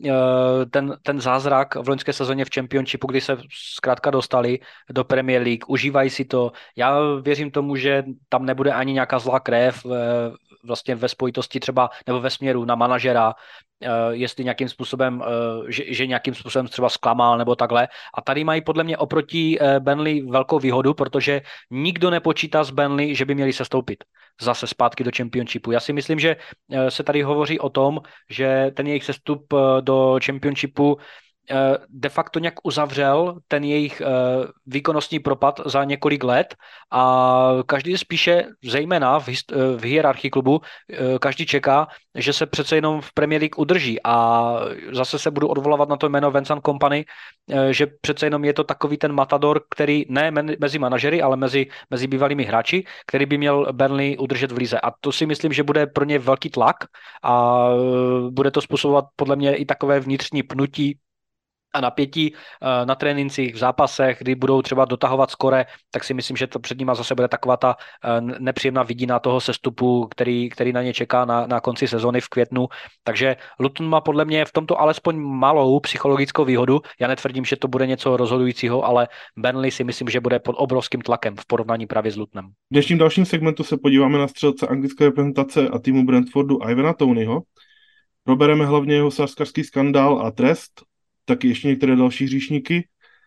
ten, ten zázrak v loňské sezóně v Championshipu, kdy se zkrátka dostali do Premier League. Užívají si to. Já věřím tomu, že tam nebude ani nějaká zlá krev vlastně ve spojitosti třeba nebo ve směru na manažera, jestli nějakým způsobem, že, že nějakým způsobem třeba zklamal nebo takhle. A tady mají podle mě oproti Burnley velkou výhodu, protože nikdo nepočítá s Burnley, že by měli sestoupit zase zpátky do Championshipu. Já si myslím, že se tady hovoří o tom, že ten jejich sestup do Championshipu de facto nějak uzavřel ten jejich výkonnostní propad za několik let a každý spíše, zejména v, hist- v hierarchii klubu, každý čeká, že se přece jenom v Premier League udrží a zase se budu odvolávat na to jméno Vincent Kompany, že přece jenom je to takový ten matador, který ne mezi manažery, ale mezi, mezi bývalými hráči, který by měl Burnley udržet v lize. A to si myslím, že bude pro ně velký tlak a bude to způsobovat podle mě i takové vnitřní pnutí a napětí na trénincích, v zápasech, kdy budou třeba dotahovat skore, tak si myslím, že to před nima zase bude taková ta nepříjemná vidina toho sestupu, který, který na ně čeká na, na konci sezony v květnu. Takže Luton má podle mě v tomto alespoň malou psychologickou výhodu. Já netvrdím, že to bude něco rozhodujícího, ale Burnley si myslím, že bude pod obrovským tlakem v porovnání právě s Lutonem. V dnešním dalším segmentu se podíváme na střelce anglické reprezentace a týmu Brentfordu Ivana Toneyho. Probereme hlavně jeho sázkařský skandál a trest, taky ještě některé další hříšníky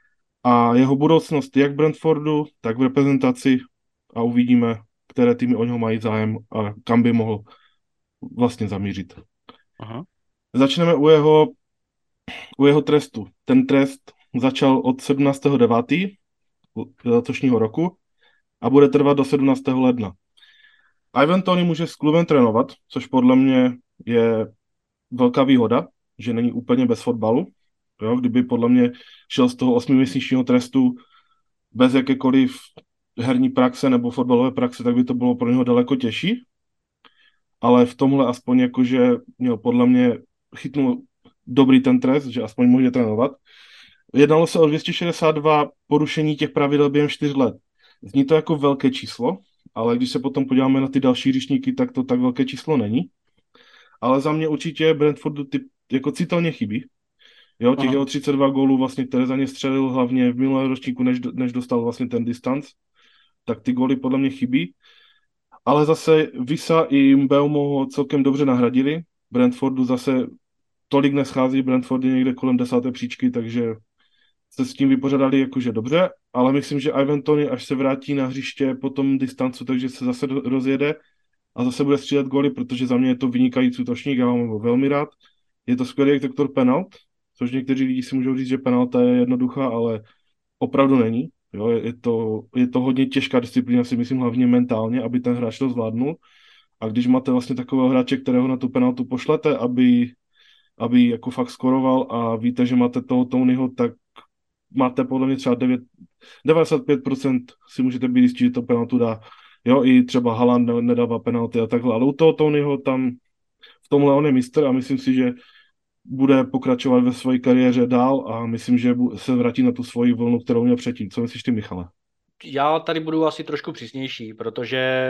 a jeho budoucnost jak v Brentfordu, tak v reprezentaci a uvidíme, které týmy o něho mají zájem a kam by mohl vlastně zamířit. Aha. Začneme u jeho, u jeho trestu. Ten trest začal od sedmnáctého devátého letošního roku a bude trvat do sedmnáctého ledna. Ivan Toney může s klubem trénovat, což podle mě je velká výhoda, že není úplně bez fotbalu. Jo, kdyby podle mě šel z toho osmiměsíčního trestu bez jakékoliv herní praxe nebo fotbalové praxe, tak by to bylo pro něho daleko těžší. Ale v tomhle aspoň jakože měl podle mě chytnul dobrý ten trest, že aspoň může trénovat. Jednalo se o dvě stě šedesát dva porušení těch pravidel během čtyř let. Zní to jako velké číslo, ale když se potom podíváme na ty další hříšníky, tak to tak velké číslo není. Ale za mě určitě Brentfordu typ jako citelně chybí. Jo, těch Aha. jeho třicet dva gólů, vlastně, které za ně střelil hlavně v minulém ročníku, než, než dostal vlastně ten distanc, tak ty góly podle mě chybí. Ale zase Visa i Mbeumo ho celkem dobře nahradili. Brentfordu zase tolik neschází, Brentford je někde kolem desáté příčky, takže se s tím vypořádali jakože dobře, ale myslím, že Ivan Toney, až se vrátí na hřiště po tom distancu, takže se zase rozjede a zase bude střílet góly, protože za mě je to vynikající útočník, já mám ho velmi rád. Je to skvělý exekutor penalt, což někteří lidi si můžou říct, že penalta je jednoduchá, ale opravdu není. Jo, je, to, je to hodně těžká disciplína, si myslím, hlavně mentálně, aby ten hráč to zvládnul. A když máte vlastně takového hráče, kterého na tu penaltu pošlete, aby, aby jako fakt skoroval a víte, že máte toho Tonyho, tak máte podle mě třeba devět, devadesát pět procent si můžete být jistí, že to penaltu dá. Jo, i třeba Haaland nedává penalty a takhle, ale u toho Tonyho tam v tomhle on je mistr a myslím si, že bude pokračovat ve své kariéře dál a myslím, že se vrátí na tu svoji vlnu, kterou měl předtím. Co myslíš ty, Michale? Já tady budu asi trošku přísnější, protože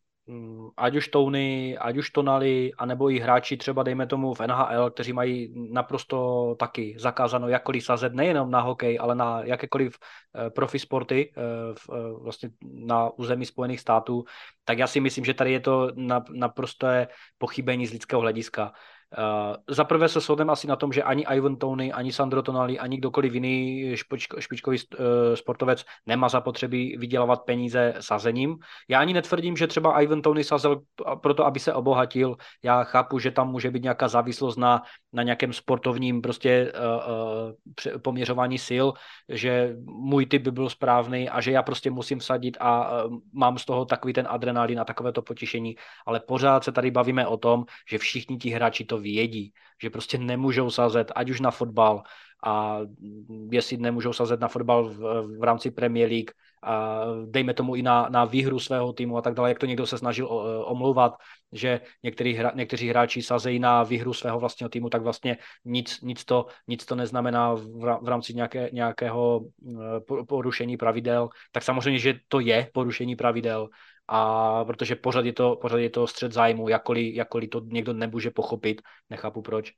ať už Tony, ať už Tonali, anebo i hráči třeba dejme tomu v N H L, kteří mají naprosto taky zakázáno jakkoliv sázet nejenom na hokej, ale na jakékoliv profi sporty vlastně na území Spojených států, tak já si myslím, že tady je to naprosté pochybení z lidského hlediska. Uh, za prvé se shodneme asi na tom, že ani Ivan Toney, ani Sandro Tonali, ani kdokoliv jiný špičko, špičkový uh, sportovec nemá zapotřebí vydělávat peníze sazením. Já ani netvrdím, že třeba Ivan Toney sazel proto, aby se obohatil. Já chápu, že tam může být nějaká závislost na, na nějakém sportovním prostě uh, uh, poměřování sil, že můj typ by byl správný a že já prostě musím vsadit a uh, mám z toho takový ten adrenalin a takovéto potěšení, ale pořád se tady bavíme o tom, že všichni ti hráči to vědí, že prostě nemůžou sázet ať už na fotbal a jestli nemůžou sázet na fotbal v, v rámci Premier League a dejme tomu i na, na výhru svého týmu a tak dále, jak to někdo se snažil omlouvat, že některý hra, někteří hráči sazejí na výhru svého vlastního týmu, tak vlastně nic, nic, to, nic to neznamená v, v rámci nějaké, nějakého porušení pravidel, tak samozřejmě, že to je porušení pravidel, a protože pořád je to, pořád je to střet zájmu, jakkoliv, jakkoliv to někdo nemůže pochopit, nechápu proč.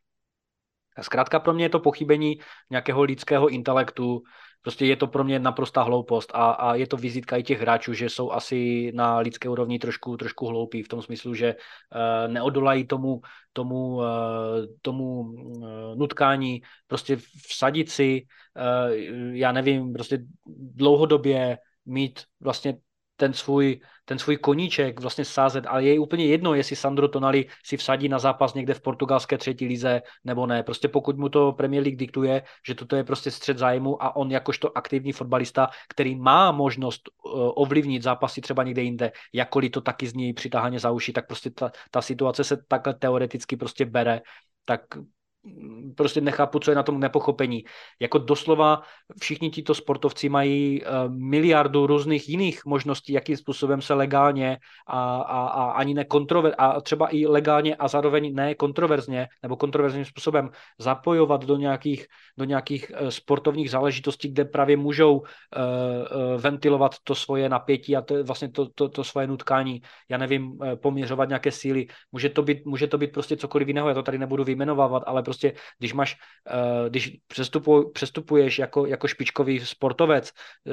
A zkrátka pro mě je to pochybení nějakého lidského intelektu, prostě je to pro mě naprostá hloupost a, a je to vizitka i těch hráčů, že jsou asi na lidské úrovni trošku, trošku hloupí v tom smyslu, že uh, neodolají tomu, tomu, uh, tomu uh, nutkání, prostě vsadit si, uh, já nevím, prostě dlouhodobě mít vlastně ten svůj, ten svůj koníček vlastně sázet, ale je úplně jedno, jestli Sandro Tonali si vsadí na zápas někde v portugalské třetí lize nebo ne. Prostě pokud mu to Premier League diktuje, že toto je prostě střet zájmu a on jakožto aktivní fotbalista, který má možnost ovlivnit zápasy třeba někde jinde, jakkoliv to taky zní přitáhaně za uši, tak prostě ta, ta situace se takhle teoreticky prostě bere, tak prostě nechápu, co je na tom nepochopení. Jako doslova všichni tito sportovci mají uh, miliardu různých jiných možností, jakým způsobem se legálně a, a, a ani ne kontrover, a třeba i legálně a zároveň ne kontroverzně nebo kontroverzním způsobem zapojovat do nějakých, do nějakých uh, sportovních záležitostí, kde právě můžou uh, uh, ventilovat to svoje napětí a to, vlastně to, to, to svoje nutkání, já nevím, uh, poměřovat nějaké síly. Může to být, může to být prostě cokoliv jiného, já to tady nebudu vyjmenovávat, ale prostě když máš, když přestupuješ jako, jako špičkový sportovec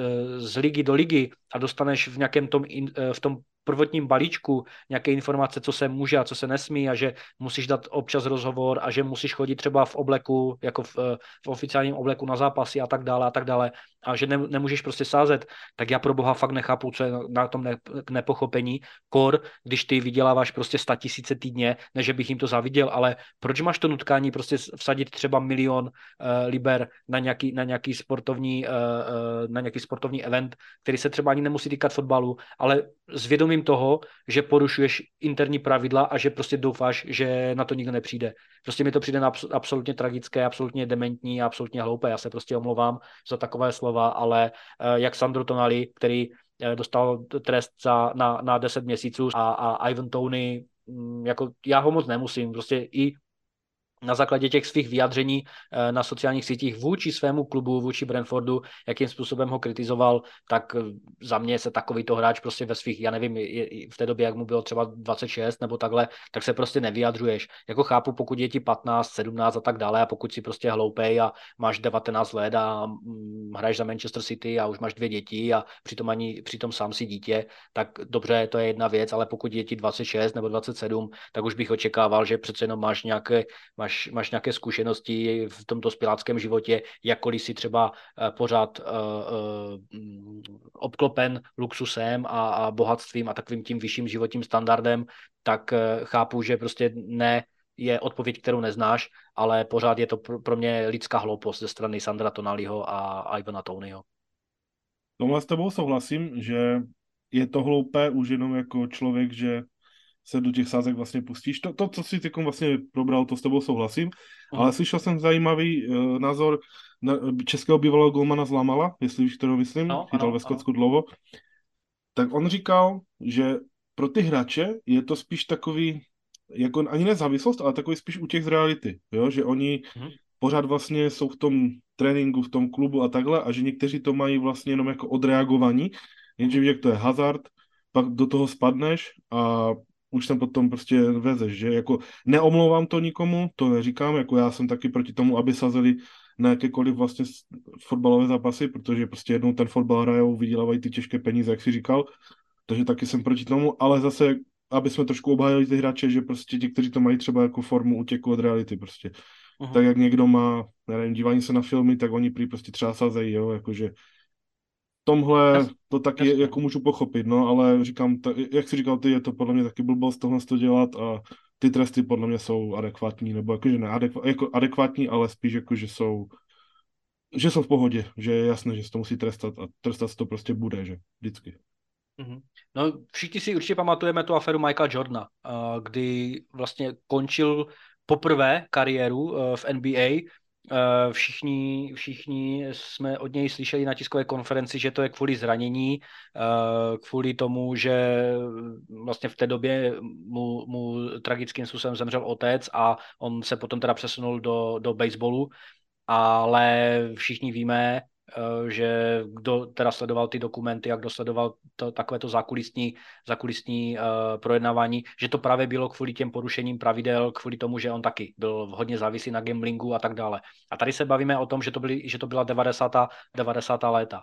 z ligy do ligy a dostaneš v nějakém tom, v tom prvotním balíčku nějaké informace, co se může a co se nesmí a že musíš dát občas rozhovor a že musíš chodit třeba v obleku, jako v, v oficiálním obleku na zápasy a tak dále a tak dále a že ne, nemůžeš prostě sázet, tak já pro boha fakt nechápu, co je na tom ne, k nepochopení. Kor, když ty vyděláváš prostě sta tisíce týdně, ne, že bych jim to zaviděl, ale proč máš to nutkání prostě vsadit třeba milion uh, liber na nějaký, na nějaký sportovní uh, uh, na nějaký sportovní event, který se třeba ani nemusí týkat fotbalu, ale s vědomím toho, že porušuješ interní pravidla a že prostě doufáš, že na to nikdo nepřijde. Prostě mi to přijde na abs- absolutně tragické, absolutně dementní a absolutně hloupé. Já se prostě omlouvám za takové slova, ale uh, jak Sandro Tonali, který uh, dostal trest za, na, na deset měsíců a, a Ivan Toney, um, jako já ho moc nemusím. Prostě i na základě těch svých vyjádření na sociálních sítích vůči svému klubu, vůči Brentfordu, jakým způsobem ho kritizoval, tak za mě se takovýto hráč prostě ve svých, já nevím, v té době, jak mu bylo třeba dvacet šest nebo takhle, tak se prostě nevyjadřuješ. Jako chápu, pokud je ti patnáct, sedmnáct a tak dále a pokud si prostě hloupej a máš devatenáct let a hraješ za Manchester City a už máš dvě děti a přitom ani přitom sám si dítě, tak dobře, to je jedna věc, ale pokud je ti dvacet šest nebo dvacet sedm, tak už bych očekával, že přece jenom máš nějaké Máš, máš nějaké zkušenosti v tomto spiláckém životě, jakkoliv si třeba pořád uh, uh, obklopen luxusem a, a bohatstvím a takovým tím vyšším životním standardem, tak uh, chápu, že prostě ne je odpověď, kterou neznáš, ale pořád je to pro, pro mě lidská hloupost ze strany Sandra Tonaliho a, a Ivana Toneyho. Tomhle s tebou souhlasím, že je to hloupé už jenom jako člověk, že se do těch sázek vlastně pustíš. To, to co si teď vlastně probral, to s tebou souhlasím, uh-huh. ale slyšel jsem zajímavý uh, názor na, českého bývalého golmana z Lamala, jestli víš, kterou myslím, no, chytal ano, ve Skotsku ano. dlouho. Tak on říkal, že pro ty hráče je to spíš takový, jako ani nezávislost, ale takový spíš útěk z reality, jo? Že oni uh-huh. pořád vlastně jsou v tom tréninku, v tom klubu a takhle a že někteří to mají vlastně jenom jako odreagovaní, jenže víš, jak to je hazard, pak do toho spadneš a už jsem potom prostě vezeš, že jako neomlouvám to nikomu, to neříkám, jako já jsem taky proti tomu, aby sazeli na jakékoliv vlastně fotbalové zápasy, protože prostě jednou ten fotbal hrajou, vydělávají ty těžké peníze, jak si říkal, takže taky jsem proti tomu, ale zase, aby jsme trošku obhájili ty hráče, že prostě ti, kteří to mají třeba jako formu útěku od reality prostě. Uh-huh. Tak jak někdo má, nevím, dívání se na filmy, tak oni prý prostě třeba sazejí, jo, jakože tomhle yes. to taky yes. jako můžu pochopit, no, ale říkám, ta, jak jsi říkal ty, je to podle mě taky blbost tohle to dělat a ty tresty podle mě jsou adekvátní, nebo jakože ne adekvátní, jako adekvátní, ale spíš jako, že jsou že jsou v pohodě, že je jasné, že se to musí trestat a trestat se to prostě bude, že vždycky. Mm-hmm. No všichni si určitě pamatujeme tu aféru Michaela Jordana, kdy vlastně končil poprvé kariéru v N B A. Všichni, všichni jsme od něj slyšeli na tiskové konferenci, že to je kvůli zranění, kvůli tomu, že vlastně v té době mu, mu tragickým způsobem zemřel otec a on se potom teda přesunul do, do baseballu, ale všichni víme, že kdo teda sledoval ty dokumenty a kdo sledoval to, takovéto zákulisní, zákulisní uh, projednávání, že to právě bylo kvůli těm porušením pravidel, kvůli tomu, že on taky byl hodně závislý na gamblingu a tak dále. A tady se bavíme o tom, že to, byly, že to byla devadesátá léta.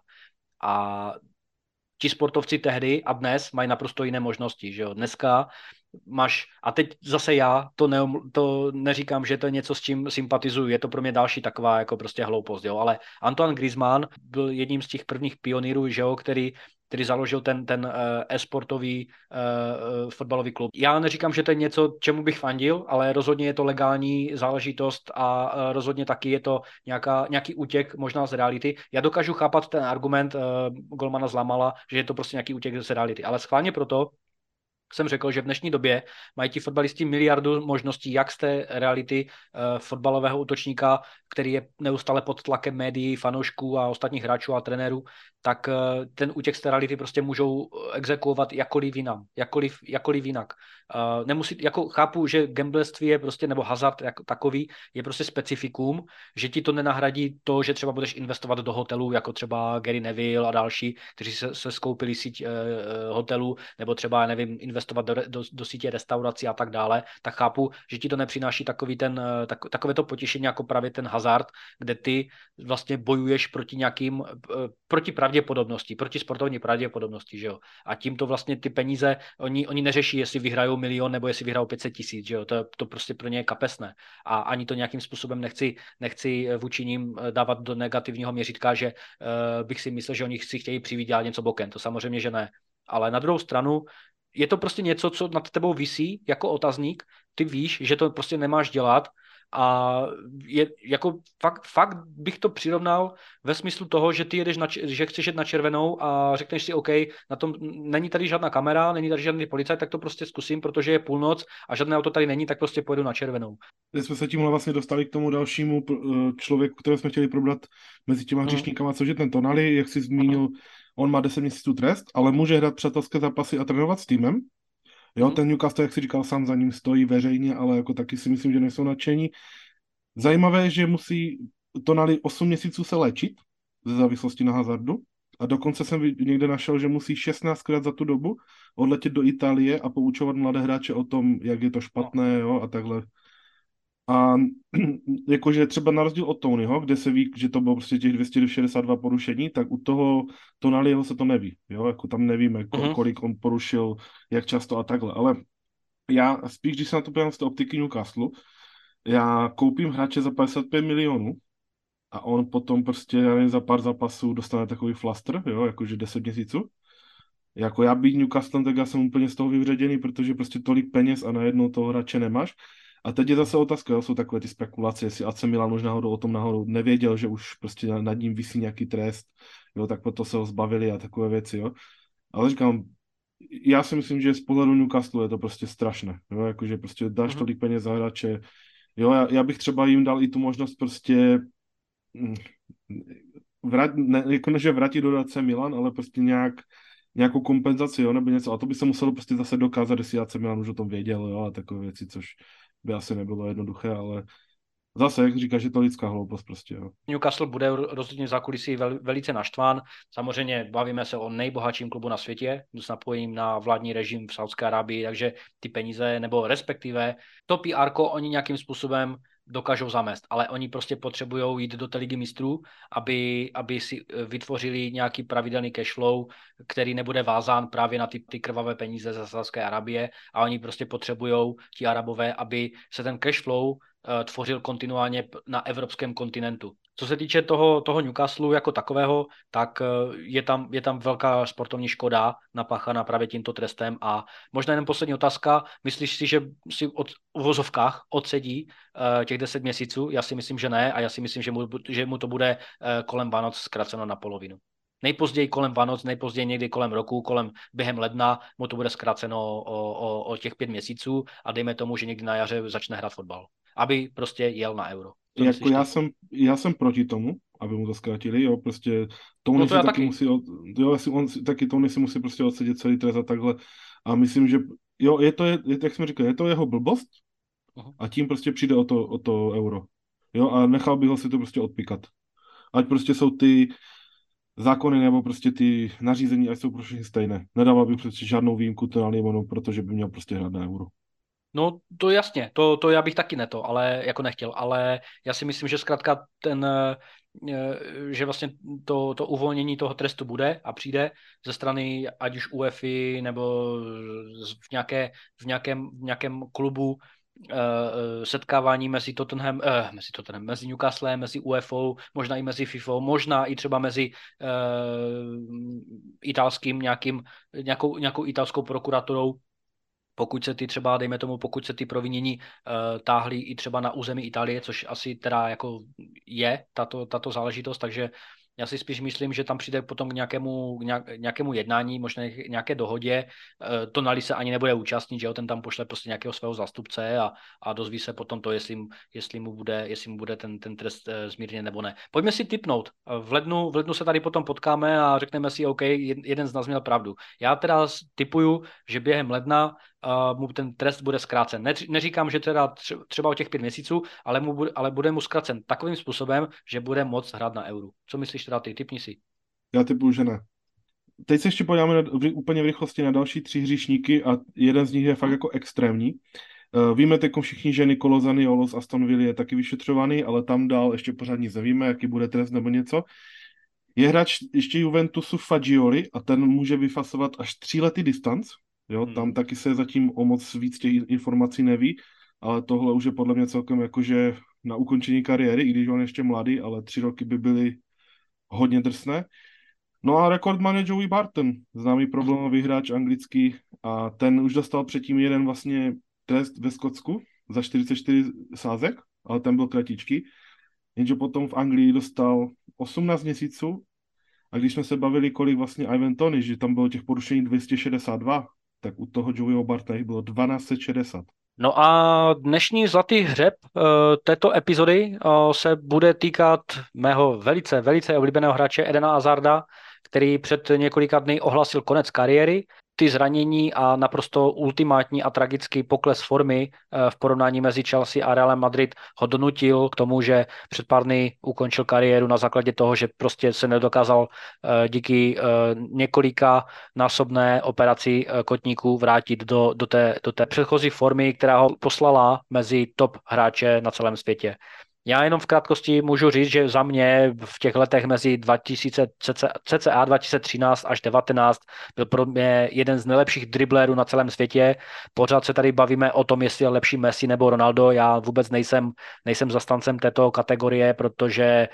A ti sportovci tehdy a dnes mají naprosto jiné možnosti, že jo. Dneska máš, a teď zase já to, ne, to neříkám, že to je něco, s čím sympatizuju, je to pro mě další taková jako prostě hloupost, jo, ale Antoine Griezmann byl jedním z těch prvních pionýrů, že jo, který který založil ten, ten uh, e-sportový uh, fotbalový klub. Já neříkám, že to je něco, čemu bych fandil, ale rozhodně je to legální záležitost a uh, rozhodně taky je to nějaká, nějaký útěk možná z reality. Já dokážu chápat ten argument uh, golmana z Lamala, že je to prostě nějaký útěk z reality, ale schválně proto jsem řekl, že v dnešní době mají ti fotbalisti miliardu možností, jak z té reality uh, fotbalového útočníka, který je neustále pod tlakem médií, fanoušků a ostatních hráčů a trenérů, tak uh, ten útěk z té reality prostě můžou exekuovat jakkoliv jinam, jakkoliv, jakkoliv jinak. Uh, nemusí, jako chápu, že gamblerství je prostě, nebo hazard jako takový, je prostě specifikum, že ti to nenahradí to, že třeba budeš investovat do hotelů, jako třeba Gary Neville a další, kteří se, se skoupili síť uh, hotelů, nebo třeba, nevím, investovat do, do, do sítě restaurací a tak dále, tak chápu, že ti to nepřináší takový ten, tak, takové to potěšení jako právě ten hazard, kde ty vlastně bojuješ proti nějakým, proti pravděpodobnosti, proti sportovní pravděpodobnosti, že jo. A tímto vlastně ty peníze, oni, oni neřeší, jestli vyhrajou milion nebo jestli vyhrajou pět set tisíc, že jo. To, to prostě pro ně je kapesné. A ani to nějakým způsobem nechci, nechci vůči ním dávat do negativního měřítka, že uh, bych si myslel, že oni si chtějí přivydělat něco bokem. To samozřejmě, že ne. Ale na druhou stranu je to prostě něco, co nad tebou visí jako otazník, ty víš, že to prostě nemáš dělat a je, jako fakt, fakt bych to přirovnal ve smyslu toho, že ty jedeš na, že chceš jet na červenou a řekneš si OK, na tom není tady žádná kamera, není tady žádný policajt, tak to prostě zkusím, protože je půlnoc a žádné auto tady není, tak prostě pojedu na červenou. Teď jsme se tímhle vlastně dostali k tomu dalšímu člověku, kterého jsme chtěli probrat mezi těma hříšníkama, což je ten Tonali, jak jsi zmínil, on má deset měsíců trest, ale může hrát přátelské zápasy a trénovat s týmem. Jo, hmm. ten Newcastle, jak si říkal, sám za ním stojí veřejně, ale jako taky si myslím, že nejsou nadšení. Zajímavé je, že musí Tonali osm měsíců se léčit ze závislosti na hazardu a dokonce jsem někde našel, že musí šestnáctkrát za tu dobu odletět do Itálie a poučovat mladé hráče o tom, jak je to No. špatné, jo, a takhle. A jakože třeba na rozdíl od Tonyho, kde se ví, že to bylo prostě těch dvě stě šedesát dva porušení, tak u toho Tonaliho se to neví, jo, jako tam nevíme, ko- Mhm. kolik on porušil, jak často a takhle, ale já spíš, když se na to podívám z té optiky Newcastle, já koupím hráče za padesát pět milionů a on potom prostě, já nevím, za pár zápasů dostane takový flaster, jo, jakože deset měsíců. Jako já být Newcastle, tak já jsem úplně z toho vyvředěný, protože prostě tolik peněz a najednou toho hráče nemáš. A teď je zase otázka, jo, jsou takové ty spekulace, jestli A C Milan už náhodou o tom náhodou nevěděl, že už prostě nad ním visí nějaký trest, jo, tak proto se ho zbavili a takové věci, jo. Ale říkám, já si myslím, že z pohledu Newcastle je to prostě strašné, jo, jakože prostě dáš Mhm. tolik peněz za hráče, jo, já, já bych třeba jim dal i tu možnost prostě mm, vrát, ne, jako ne, že vrátit do A C Milan, ale prostě nějak, nějakou kompenzaci, jo, nebo něco. A to by se muselo prostě zase dokázat, jestli A C Milan už o tom věděl, jo, a takové věci, což by asi nebylo jednoduché, ale zase, jak říkáš, je to lidská hloupost prostě, jo. Newcastle bude rozhodně za kulisy vel, velice naštván. Samozřejmě bavíme se o nejbohatším klubu na světě s napojením na vládní režim v Saudské Arábii, takže ty peníze, nebo respektive to P R ko oni nějakým způsobem dokážou zamést, ale oni prostě potřebují jít do té ligy mistrů, aby, aby si vytvořili nějaký pravidelný cash flow, který nebude vázán právě na ty, ty krvavé peníze ze Saudské Arábie a oni prostě potřebují, ti Arabové, aby se ten cash flow tvořil kontinuálně na evropském kontinentu. Co se týče toho, toho Newcastle jako takového, tak je tam, je tam velká sportovní škoda napáchaná právě tímto trestem a možná jen poslední otázka. Myslíš si, že si od, v uvozovkách odsedí uh, těch deset měsíců? Já si myslím, že ne a já si myslím, že mu, že mu to bude uh, kolem Vánoc zkraceno na polovinu. Nejpozději kolem Vánoc, nejpozději někdy kolem roku, kolem během ledna mu to bude zkráceno o, o, o těch pět měsíců a dejme tomu, že někdy na jaře začne hrát fotbal. Aby prostě jel na euro. Co Jako myslíš já ty? jsem, já jsem proti tomu, aby mu to zkrátili, jo, prostě No Tony to si já taky taky. musí, od, jo, jestli on si, taky Tony si musí prostě odsedět celý trest a takhle a myslím, že jo, je to, je, jak jsme říkali, je to jeho blbost Uh-huh. a tím prostě přijde o to, o to euro, jo, a nechal bych ho si to prostě odpikat. Ať prostě jsou ty zákony nebo prostě ty nařízení, ať jsou pro všechny stejné. Nedával bych prostě žádnou výjimku Tonalimu, protože by měl prostě hrát na euro. No to jasně, to, to já bych taky neto, ale jako nechtěl, ale já si myslím, že zkrátka ten, eh, že vlastně to, to uvolnění toho trestu bude a přijde ze strany ať už UEFA nebo v, nějaké, v, nějakém, v nějakém klubu eh, setkávání mezi Tottenham, eh, mezi Tottenham, mezi Newcastlem, mezi UEFA, možná i mezi FIFA, možná i třeba mezi eh, italským nějakým, nějakou, nějakou italskou prokuraturou, pokud se ty třeba, dejme tomu, pokud se ty provinění uh, táhly i třeba na území Itálie, což asi teda jako je tato, tato záležitost, takže já si spíš myslím, že tam přijde potom k nějakému, nějak, nějakému jednání, možná nějaké dohodě. Uh, Tonali se ani nebude účastnit, že jo, ten tam pošle prostě nějakého svého zástupce a, a dozví se potom to, jestli, jestli mu bude, jestli mu bude ten, ten trest uh, zmírněn nebo ne. Pojďme si tipnout. V lednu, v lednu se tady potom potkáme a řekneme si, OK, jeden z nás měl pravdu. Já teda tipuju, že během ledna Uh, mu ten trest bude zkrácen. Ne, neříkám, že teda třeba o těch pět měsíců, ale, mu bude, ale bude mu zkrácen takovým způsobem, že bude moc hrát na euru. Co myslíš teda ty? Tipni si. Já typuju, že ne. Teď se ještě podíváme na, v, úplně v rychlosti na další tři hříšníky a jeden z nich je fakt Hm? jako extrémní. Uh, víme teď všichni, že Nicolo Zaniolo z Aston Villa je taky vyšetřovaný, ale tam dál ještě pořád nic nevíme, jaký bude trest nebo něco. Je hráč ještě Juventusu Fagioli a ten může vyfasovat až tříletý distanc. Jo, tam Hmm. taky se zatím o moc víc těch informací neví, ale tohle už je podle mě celkem jakože na ukončení kariéry, i když on je ještě mladý, ale tři roky by byly hodně drsné. No a rekordman je Joey Barton, známý problémový hráč anglický a ten už dostal předtím jeden vlastně trest ve Skotsku za čtyřicet čtyři sázek, ale ten byl kratičký, jenže potom v Anglii dostal osmnáct měsíců a když jsme se bavili, kolik vlastně Ivan Toney, že tam bylo těch porušení dvě stě šedesát dva, tak u toho Joeyho Bartona jich bylo dvanáct set šedesát. No a dnešní zlatý hřeb uh, této epizody uh, se bude týkat mého velice, velice oblíbeného hráče Edena Hazarda, který před několika dny ohlasil konec kariéry. ty zranění a naprosto ultimátní a tragický pokles formy v porovnání mezi Chelsea a Realem Madrid ho donutil k tomu, že před pár dny ukončil kariéru na základě toho, že prostě se nedokázal díky několika násobné operaci kotníků vrátit do, do, té, do té předchozí formy, která ho poslala mezi top hráče na celém světě. Já jenom v krátkosti můžu říct, že za mě v těch letech mezi dva tisíce, cca dva tisíce třináct až devatenáct byl pro mě jeden z nejlepších driblérů na celém světě. Pořád se tady bavíme o tom, jestli je lepší Messi nebo Ronaldo. Já vůbec nejsem, nejsem zastancem této kategorie, protože eh,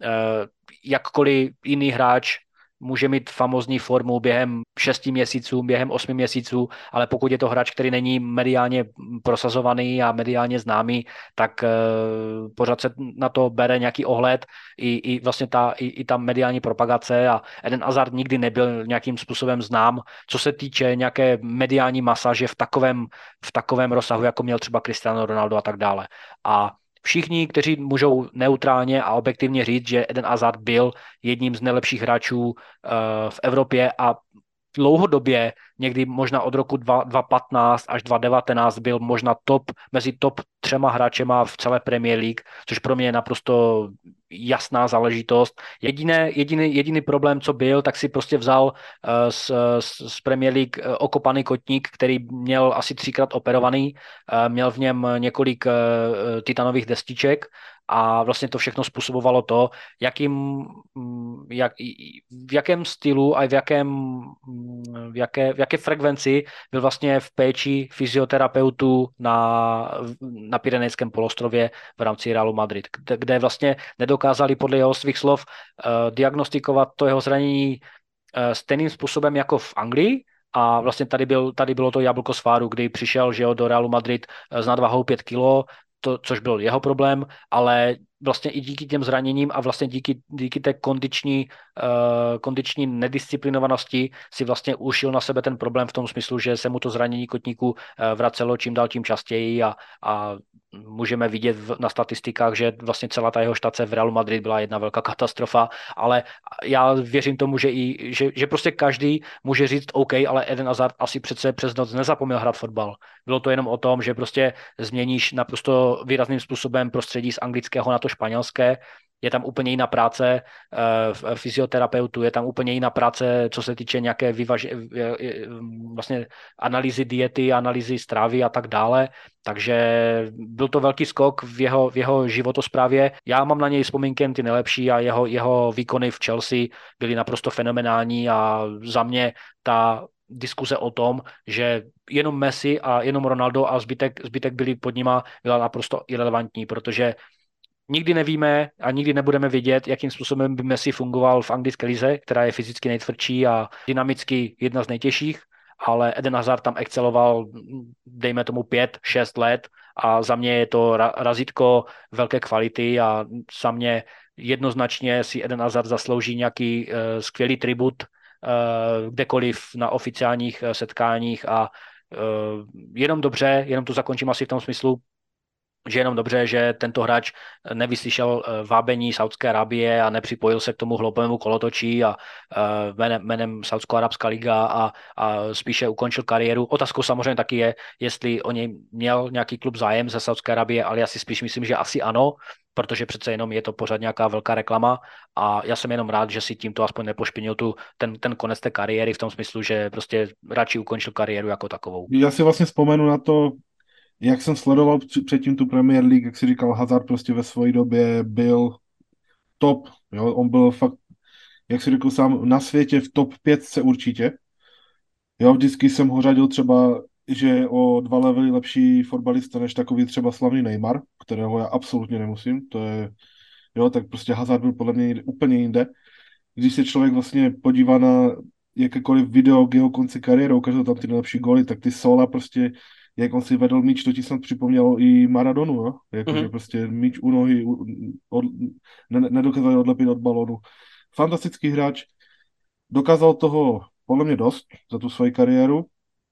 jakkoliv jiný hráč může mít famózní formu během šesti měsíců, během osmi měsíců, ale pokud je to hráč, který není mediálně prosazovaný a mediálně známý, tak uh, pořád se na to bere nějaký ohled i, i vlastně ta, i, i ta mediální propagace a Eden Hazard nikdy nebyl nějakým způsobem znám, co se týče nějaké mediální masaže v takovém, v takovém rozsahu, jako měl třeba Cristiano Ronaldo a tak dále. A všichni, kteří můžou neutrálně a objektivně říct, že Eden Hazard byl jedním z nejlepších hráčů uh, v Evropě a dlouhodobě, někdy možná od roku dva tisíce patnáct až dva tisíce devatenáct byl možná top, mezi top třema hráčema v celé Premier League, což pro mě je naprosto jasná záležitost. Jediné, jediný, jediný problém, co byl, tak si prostě vzal uh, z, z Premier League uh, okopaný kotník, který měl asi třikrát operovaný, uh, měl v něm několik uh, titanových destiček a vlastně to všechno způsobovalo to, jakým, jak, v jakém stylu a v, jakém, v, jaké, v jaké frekvenci byl vlastně v péči fyzioterapeutů na, na Pyrenejském polostrově v rámci Realu Madrid, kde, kde vlastně nedokázali podle jeho svých slov uh, diagnostikovat to jeho zranění uh, stejným způsobem jako v Anglii. A vlastně tady, byl, tady bylo to jablko sváru, kdy přišel, že jo, do Realu Madrid s nadvahou pět kilo, to, což byl jeho problém, ale vlastně i díky těm zraněním a vlastně díky, díky té kondiční, uh, kondiční nedisciplinovanosti si vlastně ušil na sebe ten problém v tom smyslu, že se mu to zranění kotníku uh, vracelo čím dál tím častěji a, a můžeme vidět v, na statistikách, že vlastně celá ta jeho štace v Realu Madrid byla jedna velká katastrofa, ale já věřím tomu, že, i, že, že prostě každý může říct OK, ale Eden Hazard asi přece přes noc nezapomněl hrát fotbal. Bylo to jenom o tom, že prostě změníš naprosto výrazným způsobem prostředí z anglického na to španělské, je tam úplně jiná práce uh, fyzioterapeutu, je tam úplně jiná práce, co se týče nějaké vyvaž- vlastně analýzy diety, analýzy stravy a tak dále. Takže byl to velký skok v jeho, v jeho životosprávě. Já mám na něj vzpomínky ty nejlepší a jeho, jeho výkony v Chelsea byly naprosto fenomenální a za mě ta diskuse o tom, že jenom Messi a jenom Ronaldo a zbytek, zbytek byli pod nima, byla naprosto irelevantní, protože nikdy nevíme a nikdy nebudeme vědět, jakým způsobem by Messi fungoval v anglické lize, která je fyzicky nejtvrdší a dynamicky jedna z nejtěžších, ale Eden Hazard tam exceloval, dejme tomu pět, šest let a za mě je to razítko velké kvality a za mě jednoznačně si Eden Hazard zaslouží nějaký uh, skvělý tribut uh, kdekoliv na oficiálních uh, setkáních a uh, jenom dobře, jenom to zakončím asi v tom smyslu, že jenom dobře, že tento hráč nevyslyšel vábení Saudské Arábie a nepřipojil se k tomu hloupému kolotočí a uh, jménem, jménem Saudsko-Arabská liga a, a spíše ukončil kariéru. Otázkou samozřejmě taky je, jestli o něj měl nějaký klub zájem ze Saudské Arábie, ale já si spíš myslím, že asi ano, protože přece jenom je to pořád nějaká velká reklama a já jsem jenom rád, že si tímto aspoň nepošpinil tu, ten, ten konec té kariéry v tom smyslu, že prostě radši ukončil kariéru jako takovou. Já si vlastně vzpomenu na to, jak jsem sledoval předtím tu Premier League, jak si říkal, Hazard prostě ve své době byl top, jo? On byl fakt, jak si řekl sám, na světě v top pětce určitě. Jo, vždycky jsem ho řadil třeba, že je o dva levely lepší fotbalista než takový třeba slavný Neymar, kterého já absolutně nemusím, to je, jo, tak prostě Hazard byl podle mě úplně jinde. Když se člověk vlastně podívá na jakékoliv video k jeho konci kariéry, ukážou tam ty nejlepší góly, tak ty sola prostě, jak on si vedl míč, to ti snad připomnělo i Maradonu, jo? Jakože mm-hmm. prostě míč u nohy od, ne, nedokázali odlepit od balónu. Fantastický hráč, dokázal toho podle mě dost za tu svoji kariéru.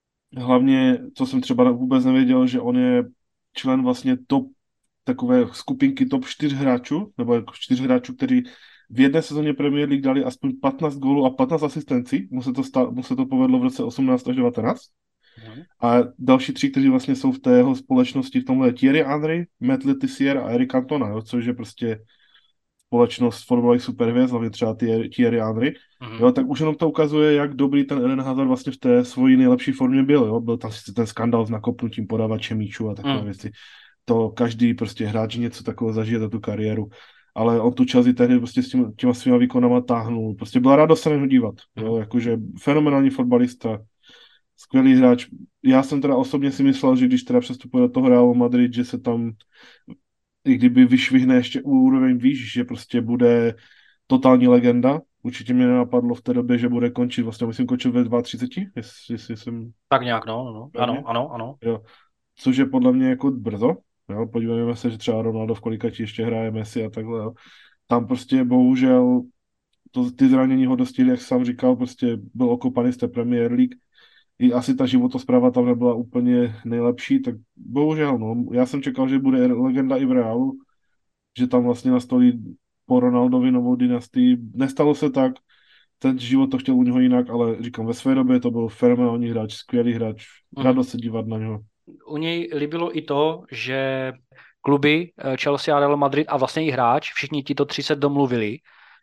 Hlavně, co jsem třeba vůbec nevěděl, že on je člen vlastně top takové skupinky top čtyř hráčů, nebo jako čtyř hráčů, kteří v jedné sezóně Premier League dali aspoň patnáct gólů a patnáct asistencí, mu se to, sta- mu se to povedlo v roce osmnáct až devatenáct. Mhm. A další tři, kteří vlastně jsou v té jeho společnosti v tomhle, Thierry Henry, Matt Le Tissier a Eric Cantona, jo, což je prostě společnost fotbalových superhvězd, hlavně třeba Thierry, Thierry Henry, Mhm. jo, tak už jenom to ukazuje, jak dobrý ten Eden Hazard vlastně v té svojí nejlepší formě byl, jo. Byl tam sice ten skandál s nakopnutím podávače míčů a takové Mhm. věci. To každý prostě hráč něco takového zažije za tu kariéru. Ale on tu Chelsea tehdy prostě s tím, těma svýma výkonama táhnul. Prostě byla radost se na něho dívat. Jo? Jakože fenomenální fotbalista, skvělý hráč. Já jsem teda osobně si myslel, že když teda přestupuje do toho Realu Madrid, že se tam i kdyby vyšvihne ještě úroveň výš, že prostě bude totální legenda. Určitě mě nenapadlo v té době, že bude končit, vlastně myslím končit ve třicet dva, jestli, jestli jsem... Tak nějak, no, no, no. Ano, ano, ano. Jo. Což je podle mě jako brzo. Jo. Podívejme se, že třeba Ronaldo v kolika ti ještě hraje, Messi a takhle. Jo. Tam prostě bohužel to, ty zranění ho dostihly, jak sám říkal, prostě byl okopaný z té Premier League. I asi ta životospráva tam nebyla úplně nejlepší, tak bohužel, no. Já jsem čekal, že bude legenda i v Reálu, že tam vlastně nastolí po Ronaldovi novou dynastii. Nestalo se tak, ten život to chtěl u něho jinak, ale říkám, ve své době to byl fenomenální hráč, skvělý hráč, Mhm. radost se dívat na něho. U něj líbilo i to, že kluby Chelsea a Real Madrid a vlastně i hráč, všichni tito tři se domluvili,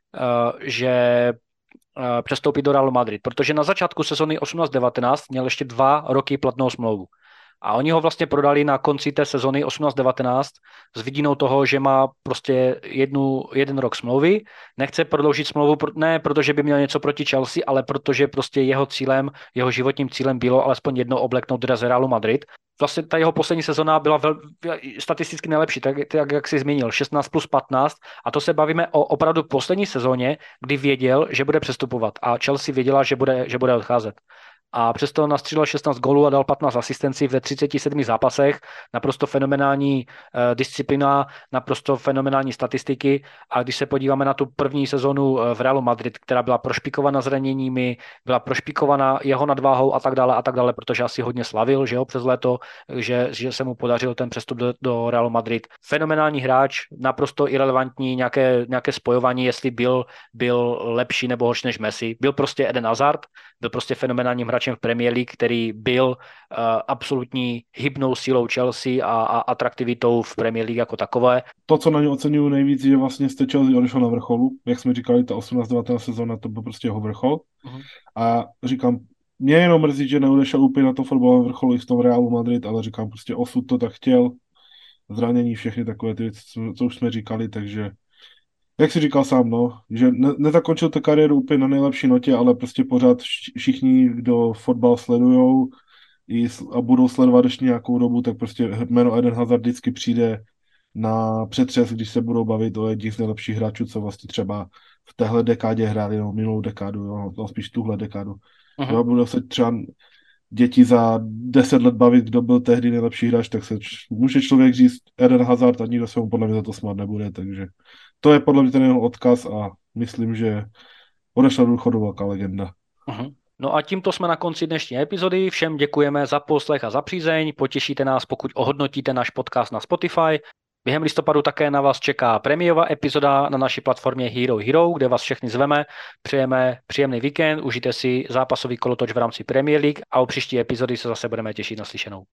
že přestoupí do Real Madrid, protože na začátku sezony osmnáct devatenáct měl ještě dva roky platnou smlouvu. A oni ho vlastně prodali na konci té sezony osmnáct devatenáct s vidinou toho, že má prostě jednu, jeden rok smlouvy, nechce prodloužit smlouvu, ne protože by měl něco proti Chelsea, ale protože prostě jeho cílem, jeho životním cílem bylo alespoň jednou obleknout dres Realu Madrid. Vlastně ta jeho poslední sezona byla vel, statisticky nejlepší, tak, tak jak jsi zmínil, šestnáct plus patnáct, a to se bavíme o opravdu poslední sezóně, kdy věděl, že bude přestupovat a Chelsea věděla, že bude, že bude odcházet. A přesto nastřílel šestnáct gólů a dal patnáct asistencí ve třiceti sedmi zápasech. Naprosto fenomenální uh, disciplína, naprosto fenomenální statistiky. A když se podíváme na tu první sezonu v Realu Madrid, která byla prošpikovaná zraněními, byla prošpikovaná jeho nadváhou a tak dále a tak dále, protože asi hodně slavil, že jo, přes léto, že, že se mu podařil ten přestup do, do Realu Madrid. Fenomenální hráč, naprosto irelevantní nějaké, nějaké spojování, jestli byl, byl lepší nebo horší než Messi. Byl prostě Eden Hazard, byl prostě fenomenálním hráčem v Premier League, který byl uh, absolutní hybnou sílou Chelsea a, a atraktivitou v Premier League jako takové. To, co na ně oceňuju nejvíc, je vlastně z té Chelsea odešel na vrcholu. Jak jsme říkali, ta osmnáct devatenáct sezóna, to byl prostě jeho vrchol. Uh-huh. A říkám, mě jenom mrzí, že neodešel úplně na tom fotbalovém vrcholu i v tom Realu Madrid, ale říkám, prostě osud to tak chtěl. Zranění, všechny takové ty věci, co už jsme říkali, takže jak jsi říkal sám, no, že ne, nezakončil tu kariéru úplně na nejlepší notě, ale prostě pořád všichni, kdo fotbal sledujou i, a budou sledovat ještě nějakou dobu, tak prostě jméno Eden Hazard vždycky přijde na přetřes, když se budou bavit o jedních z nejlepších hráčů, co vlastně třeba v téhle dekádě hráli, no, minulou dekádu, jo, no, spíš tuhle dekádu. Uh-huh. Jo, budou se třeba děti za deset let bavit, kdo byl tehdy nejlepší hráč, tak se č- může člověk říct Eden Hazard a nikdo se mu podle mě za to smát nebude, takže to je podle mě ten jeho odkaz a myslím, že odešla do důchodu velká legenda. Uh-huh. No a tímto jsme na konci dnešní epizody. Všem děkujeme za poslech a za přízeň. Potěšíte nás, pokud ohodnotíte náš podcast na Spotify. Během listopadu také na vás čeká premiérová epizoda na naší platformě Hero Hero, kde vás všechny zveme. Přejeme příjemný víkend, užijte si zápasový kolotoč v rámci Premier League a u příští epizody se zase budeme těšit na slyšenou.